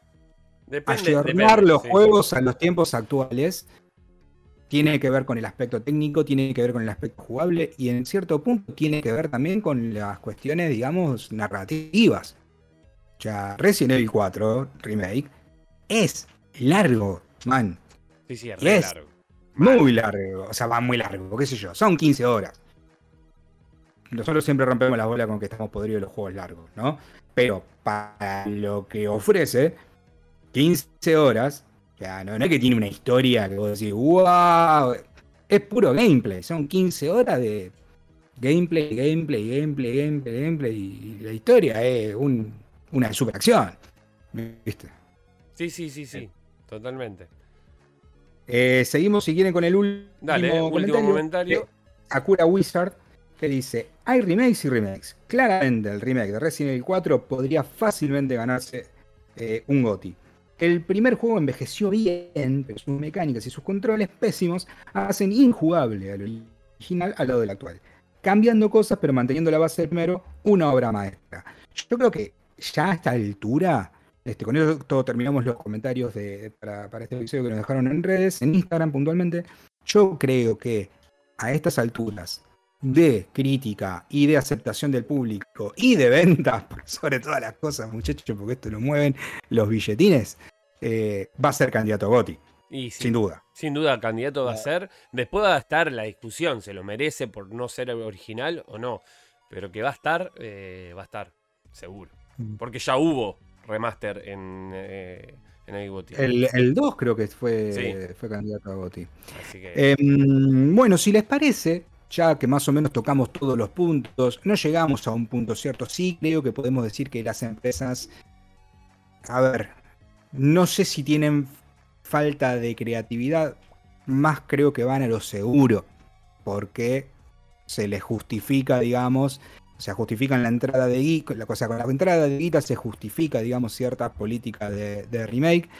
ayornar los juegos a los tiempos actuales tiene que ver con el aspecto técnico, tiene que ver con el aspecto jugable y en cierto punto tiene que ver también con las cuestiones, digamos, narrativas. Ya Resident Evil 4 Remake es largo, man. Sí, es largo. Muy largo, o sea, va muy largo, qué sé yo, son 15 horas. Nosotros siempre rompemos la bola con que estamos podridos de los juegos largos, ¿no? Pero para lo que ofrece, 15 horas, ya no es que tiene una historia que vos decís, wow, es puro gameplay, son 15 horas de gameplay, y la historia es una superacción, ¿viste? Sí, totalmente. Seguimos si quieren con el último comentario. Akura Wizard, que dice: hay remakes y remakes. Claramente el remake de Resident Evil 4 podría fácilmente ganarse un GOTY. El primer juego envejeció bien, pero sus mecánicas y sus controles pésimos hacen injugable al original al lado del actual. Cambiando cosas, pero manteniendo la base del primero, una obra maestra. Yo creo que ya a esta altura, con esto terminamos los comentarios para este episodio que nos dejaron en redes, en Instagram puntualmente. Yo creo que a estas alturas de crítica y de aceptación del público y de ventas, sobre todas las cosas, muchachos, porque esto lo mueven los billetines, va a ser candidato a GOTY. Y sí, sin duda. Sin duda, candidato va a ser. Después va a estar la discusión, ¿se lo merece por no ser original o no? Pero que va a estar, seguro. Porque ya hubo remaster en el GOTY. El 2 creo que fue candidato a GOTY. Así que... bueno, si les parece, ya que más o menos tocamos todos los puntos, no llegamos a un punto cierto. Sí creo que podemos decir que las empresas, a ver, no sé si tienen falta de creatividad, más creo que van a lo seguro, porque se les justifica, digamos, o sea, justifican la entrada de guita, con la entrada de guita se justifica, digamos, cierta política de remake.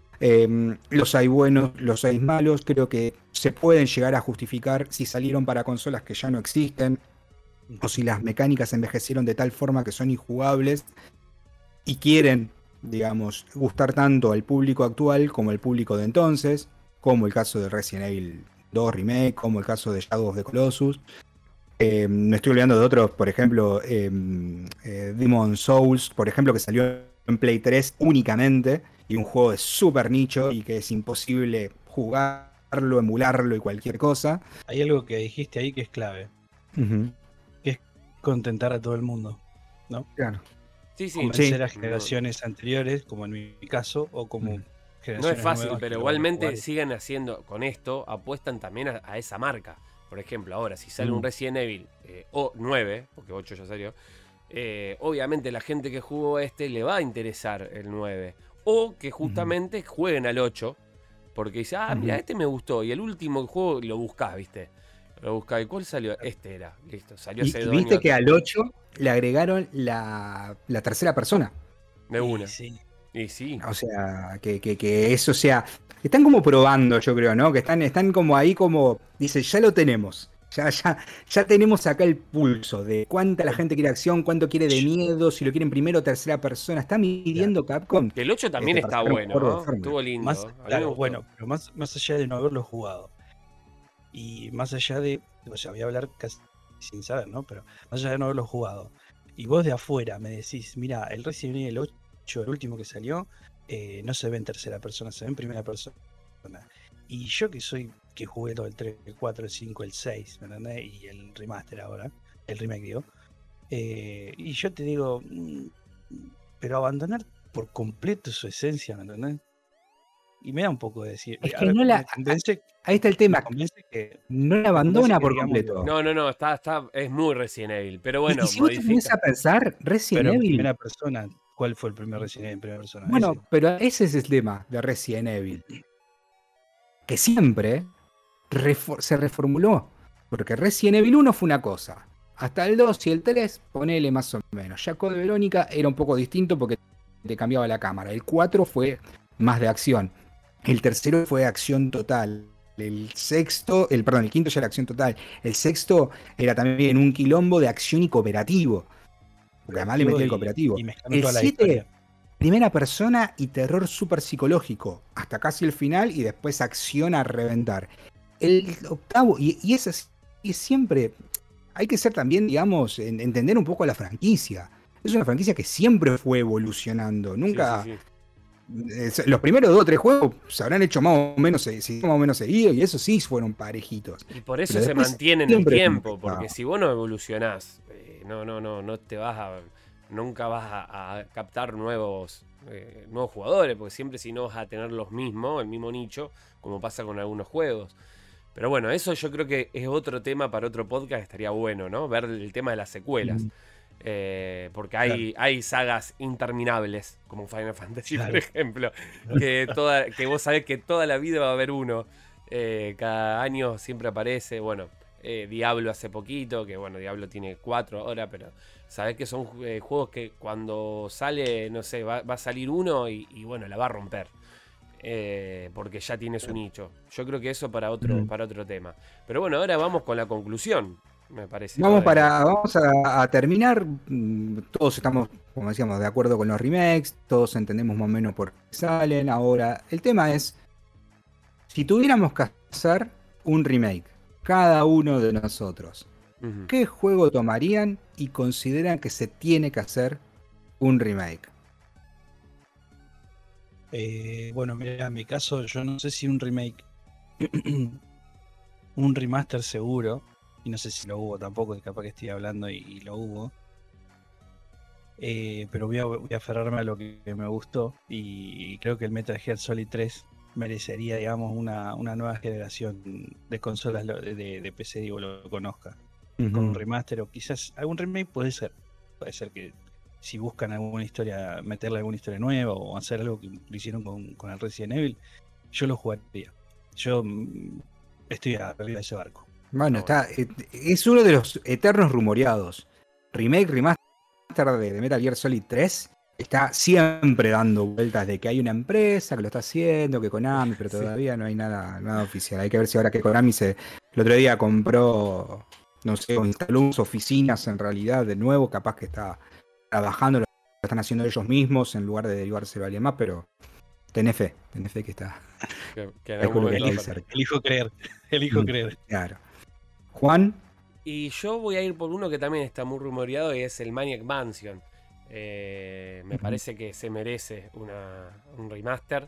Los hay buenos, los hay malos, creo que se pueden llegar a justificar si salieron para consolas que ya no existen, o si las mecánicas envejecieron de tal forma que son injugables y quieren, digamos, gustar tanto al público actual como al público de entonces, como el caso de Resident Evil 2 Remake, como el caso de Shadow of the Colossus. Me estoy olvidando de otros, por ejemplo, Demon's Souls, por ejemplo, que salió en Play 3 únicamente, y un juego de súper nicho y que es imposible jugarlo, emularlo y cualquier cosa. Hay algo que dijiste ahí que es clave, que es contentar a todo el mundo, ¿no? Claro. Sí. Convencer a generaciones anteriores, como en mi caso, o como generaciones no es fácil, nuevas, pero igualmente siguen haciendo, con esto, apuestan también a esa marca. Por ejemplo, ahora, si sale un Resident Evil 9, porque 8 ya salió, obviamente la gente que jugó le va a interesar el 9. O que justamente jueguen al 8, porque dice, mira, me gustó. Y el último juego lo buscás, ¿viste? Lo buscás. ¿Y cuál salió? Era. Listo, salió hace 2 años. Y viste que al 8 le agregaron la tercera persona. De una. Sí. Y sí. O sea, que eso sea. Están como probando, yo creo, ¿no? Que están como ahí como. Dice, ya lo tenemos. Ya tenemos acá el pulso de cuánta la gente quiere acción, cuánto quiere de miedo, si lo quieren primero o tercera persona. Está Claro. midiendo Capcom Que el 8 también para está sacar un juego de bueno, ¿no? fórmula. Estuvo lindo. A mí me Claro, gustó. bueno, pero más allá de no haberlo jugado, y más allá de, o sea, voy a hablar casi sin saber, ¿no? Pero más allá de no haberlo jugado, y vos de afuera me decís, mira, el Resident Evil 8, el último que salió, no se ve en tercera persona, se ve en primera persona. Y yo que jugué todo el 3, el 4, el 5, el 6, ¿me entendés? Y el remaster ahora, el remake digo. Y yo te digo, pero abandonar por completo su esencia, ¿me entendés? Y me da un poco de decir, Es a que ver, no la. me convence, Ahí está el me tema. convence que, No la me convence abandona que por digamos, completo. No, es muy Resident Evil. Pero Y bueno, si vos te pones modifica. a pensar, Resident pero en Evil. primera persona, ¿cuál fue el primer Resident Evil en primera persona? Ese. Bueno, pero ese es el tema de Resident Evil. Que siempre se reformuló. Porque Resident Evil 1 fue una cosa. Hasta el 2 y el 3, ponele más o menos. Ya Code Verónica era un poco distinto porque te cambiaba la cámara. El 4 fue más de acción. El tercero fue acción total. El quinto ya era acción total. El sexto era también un quilombo de acción y cooperativo. Porque además le metía el cooperativo. Y mezclando El toda la 7, historia. primera persona y terror súper psicológico. Hasta casi el final y después acción a reventar. El octavo, y es así, y siempre. Hay que ser también, digamos, entender un poco a la franquicia. Es una franquicia que siempre fue evolucionando. Nunca. Sí. Los primeros 2 o 3 juegos se habrán hecho más o menos seguidos, y eso sí fueron parejitos. Y por eso Pero se después mantiene en el siempre tiempo, como que porque si vos no evolucionás, no te vas a. Nunca vas a captar nuevos jugadores, porque siempre si no vas a tener los mismos, el mismo nicho, como pasa con algunos juegos. Pero bueno, eso yo creo que es otro tema para otro podcast, estaría bueno, ¿no? Ver el tema de las secuelas. Porque hay sagas interminables, como Final Fantasy, por ejemplo, que vos sabés que toda la vida va a haber uno. Cada año siempre aparece, bueno, Diablo hace poquito, que bueno, Diablo tiene 4 ahora, pero sabés que son juegos que cuando sale, no sé, va a salir uno y bueno, la va a romper. Porque ya tiene su nicho. Yo creo que eso para otro tema. Pero bueno, ahora vamos con la conclusión, me parece. Vamos a terminar. Todos estamos, como decíamos, de acuerdo con los remakes. Todos entendemos más o menos por qué salen. Ahora, el tema es, si tuviéramos que hacer un remake, cada uno de nosotros, ¿qué juego tomarían y consideran que se tiene que hacer un remake? Bueno, mira, en mi caso, yo no sé si un remake, un remaster seguro, y no sé si lo hubo tampoco, capaz que estoy hablando y lo hubo. Pero voy a aferrarme a lo que me gustó, y creo que el Metal Gear Solid 3 merecería, digamos, una nueva generación de consolas de PC, digo, lo conozca. Con un remaster o quizás algún remake puede ser que si buscan alguna historia, meterle alguna historia nueva o hacer algo que lo hicieron con el Resident Evil, yo lo jugaría. Yo estoy arriba de ese barco. Bueno, es uno de los eternos rumoreados. Remaster de Metal Gear Solid 3 está siempre dando vueltas de que hay una empresa que lo está haciendo, que Konami, pero todavía no hay nada oficial. Hay que ver si ahora que Konami el otro día compró, no sé, o instaló unas oficinas en realidad de nuevo, capaz que está trabajando, lo están haciendo ellos mismos en lugar de derivárselo a alguien más, pero tenés fe que está. Elijo creer. Claro. Juan. Y yo voy a ir por uno que también está muy rumoreado y es el Maniac Mansion. Me parece que se merece un remaster.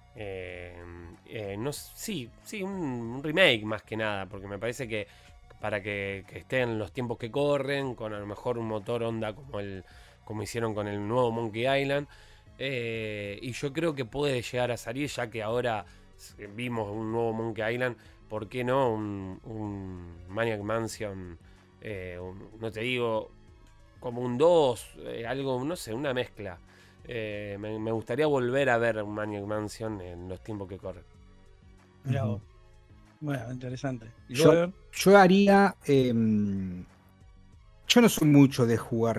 Un remake más que nada, porque me parece que para que esté en los tiempos que corren, con a lo mejor un motor Honda como hicieron con el nuevo Monkey Island. Y yo creo que puede llegar a salir, ya que ahora vimos un nuevo Monkey Island. ¿Por qué no un Maniac Mansion? No te digo como un 2, algo, no sé, una mezcla. Me gustaría volver a ver un Maniac Mansion en los tiempos que corren. Mirá vos. Bueno, interesante. Yo haría. Yo no soy mucho de jugar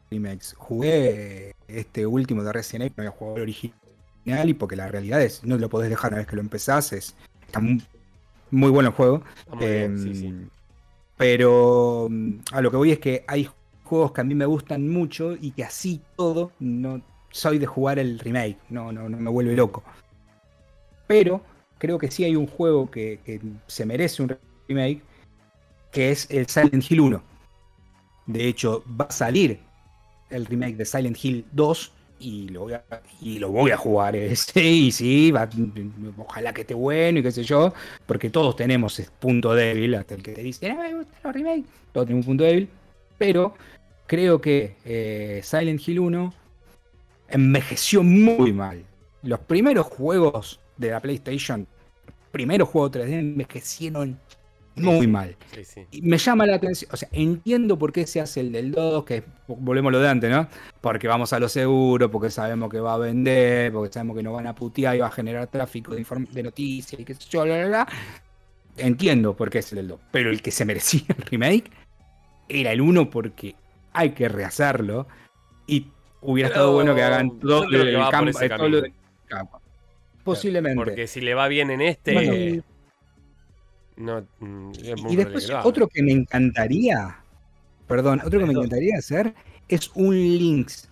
remakes. Jugué este último de Resident Evil, no había jugado el original, y porque la realidad es, no lo podés dejar una vez que lo empezás, está muy bueno el juego. Está muy bien, sí. Pero a lo que voy es que hay juegos que a mí me gustan mucho y que así todo no soy de jugar el remake, no me vuelve loco. Pero creo que sí hay un juego que se merece un remake, que es el Silent Hill 1. De hecho, va a salir el remake de Silent Hill 2 y lo voy a jugar ese, y sí, ojalá que esté bueno y qué sé yo, porque todos tenemos ese punto débil, hasta el que te dice, me gustan los remakes, todos tenemos un punto débil, pero creo que Silent Hill 1 envejeció muy mal. Los primeros juegos de la PlayStation, primeros juegos 3D, envejecieron muy mal. Sí. Y me llama la atención, o sea, entiendo por qué se hace el del 2, que volvemos a lo de antes, ¿no? Porque vamos a lo seguro, porque sabemos que va a vender, porque sabemos que nos van a putear y va a generar tráfico de noticias y qué sé yo, bla. Entiendo por qué es el del 2, pero el que se merecía el remake era el 1, porque hay que rehacerlo y hubiera estado bueno que hagan todo el campo, todo lo del campo. Posiblemente. Porque si le va bien en este... Bueno, no, es muy y después otro que me encantaría, otro que me encantaría hacer es un Links,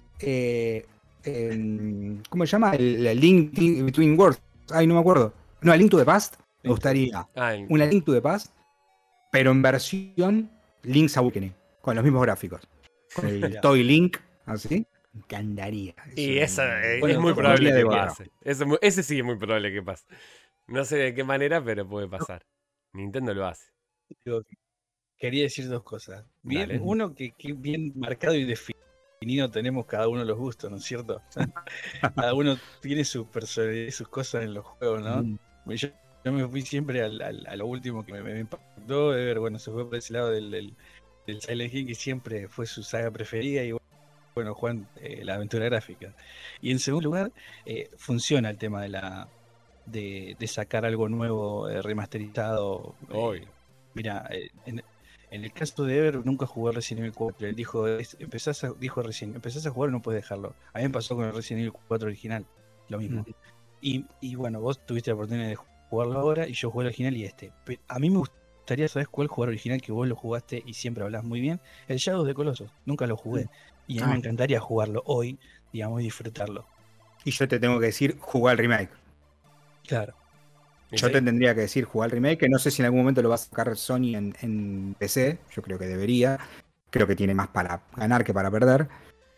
¿cómo se llama? El Link Between Worlds. Ay, no me acuerdo. No, el Link to the Past. Me gustaría una Link to the Past, pero en versión Link's Awakening, con los mismos gráficos. Con el Toy Link, así. Me encantaría. Y eso es muy probable que pase. Ese sí es muy probable que pase. No sé de qué manera, pero puede pasar. Nintendo lo hace. Quería decir dos cosas. Bien, uno que bien marcado y definido tenemos cada uno los gustos, ¿no es cierto? Cada uno tiene su personalidad y sus cosas en los juegos, ¿no? Yo me fui siempre a lo último que me impactó de ver, bueno, se fue por ese lado del Silent Hill, que siempre fue su saga preferida, y bueno, Juan, la aventura gráfica. Y en segundo lugar, funciona el tema de sacar algo nuevo, remasterizado. Mira, en el caso de Ever, nunca jugué Resident Evil 4. Él dijo, empezás a jugar y no puedes dejarlo. A mí me pasó con el Resident Evil 4 original, lo mismo. Y bueno, vos tuviste la oportunidad de jugarlo ahora y yo jugué el original y este. Pero a mí me gustaría saber cuál jugar original, que vos lo jugaste y siempre hablás muy bien. El Shadow of the Colossus, nunca lo jugué. Y a mí me encantaría jugarlo hoy, digamos, y disfrutarlo. Y yo te tengo que decir, jugar el remake. Claro. Yo te tendría que decir jugar el remake, que no sé si en algún momento lo va a sacar Sony en PC, yo creo que debería. Creo que tiene más para ganar que para perder.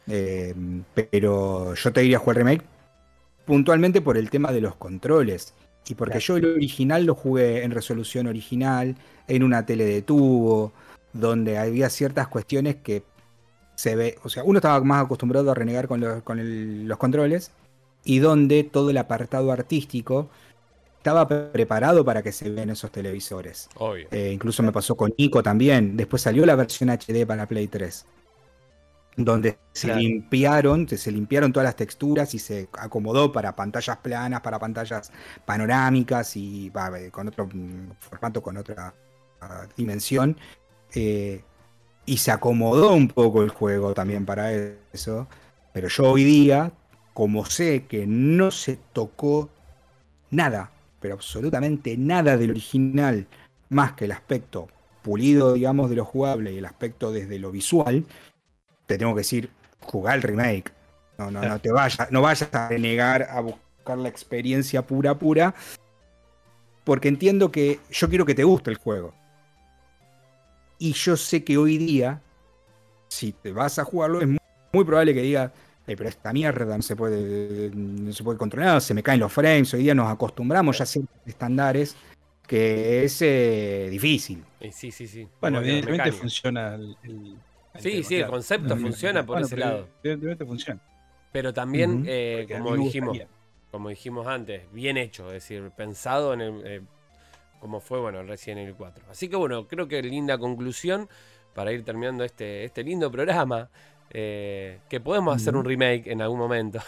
Pero yo te diría jugar el remake puntualmente por el tema de los controles. Y porque yo el original lo jugué en resolución original, en una tele de tubo, donde había ciertas cuestiones que se ve. O sea, uno estaba más acostumbrado a renegar con los controles, y donde todo el apartado artístico estaba preparado para que se vean esos televisores. Obvio. Incluso me pasó con Nico también. Después salió la versión HD para Play 3, donde se limpiaron todas las texturas y se acomodó para pantallas planas, para pantallas panorámicas y con otro formato, con otra dimensión. Y se acomodó un poco el juego también para eso. Pero yo hoy día, como sé que no se tocó nada, pero absolutamente nada del original, más que el aspecto pulido, digamos, de lo jugable y el aspecto desde lo visual, te tengo que decir, jugar el remake. No vayas a renegar a buscar la experiencia pura, porque entiendo que yo quiero que te guste el juego. Y yo sé que hoy día, si te vas a jugarlo, es muy probable que digas, pero esta mierda no se puede controlar, se me caen los frames. Hoy día nos acostumbramos ya a ciertos estándares que es difícil. Sí. Bueno, evidentemente funciona el el concepto funciona por ese lado. Evidentemente funciona. Pero también, como dijimos antes, bien hecho, es decir, pensado en el como fue, el Resident Evil 4. Así que creo que linda conclusión para ir terminando este lindo programa. Que podemos hacer un remake en algún momento.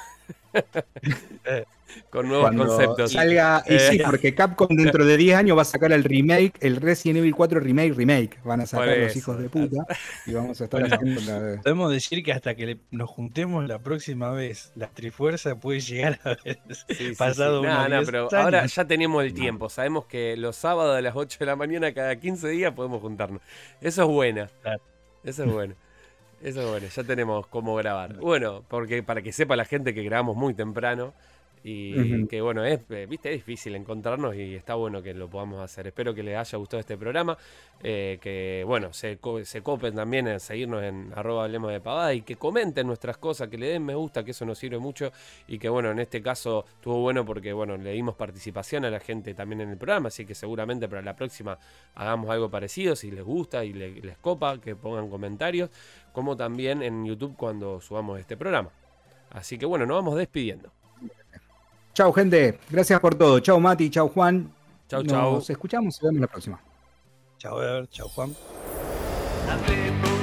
Con nuevos Cuando conceptos. salga, y sí, porque Capcom dentro de 10 años va a sacar el remake, el Resident Evil 4 remake. Van a sacar Por los eso. hijos de puta y vamos a estar Bueno, haciendo la... Podemos decir que hasta que nos juntemos la próxima vez, la Trifuerza puede llegar a haber Sí, pasado sí. unos 10 Pero años. ahora ya tenemos el tiempo. Sabemos que los sábados a las 8 de la mañana, cada 15 días, podemos juntarnos. Eso es buena. Claro. Eso es bueno. Eso es bueno. Ya tenemos cómo grabar. Bueno, porque para que sepa la gente que grabamos muy temprano. Y que bueno, viste, es difícil encontrarnos y está bueno que lo podamos hacer. Espero que les haya gustado este programa. Que bueno, se copen también en seguirnos en @hablemos de pavada y que comenten nuestras cosas, que le den me gusta, que eso nos sirve mucho. Y que bueno, en este caso estuvo bueno porque bueno, le dimos participación a la gente también en el programa. Así que seguramente para la próxima hagamos algo parecido. Si les gusta y les copa, que pongan comentarios. Como también en YouTube cuando subamos este programa. Así que bueno, nos vamos despidiendo. Chau, gente. Gracias por todo. Chau, Mati. Chau, Juan. Chau, chau. Nos escuchamos y vemos la próxima. Chao, Ever. Chao, Juan. Hablemos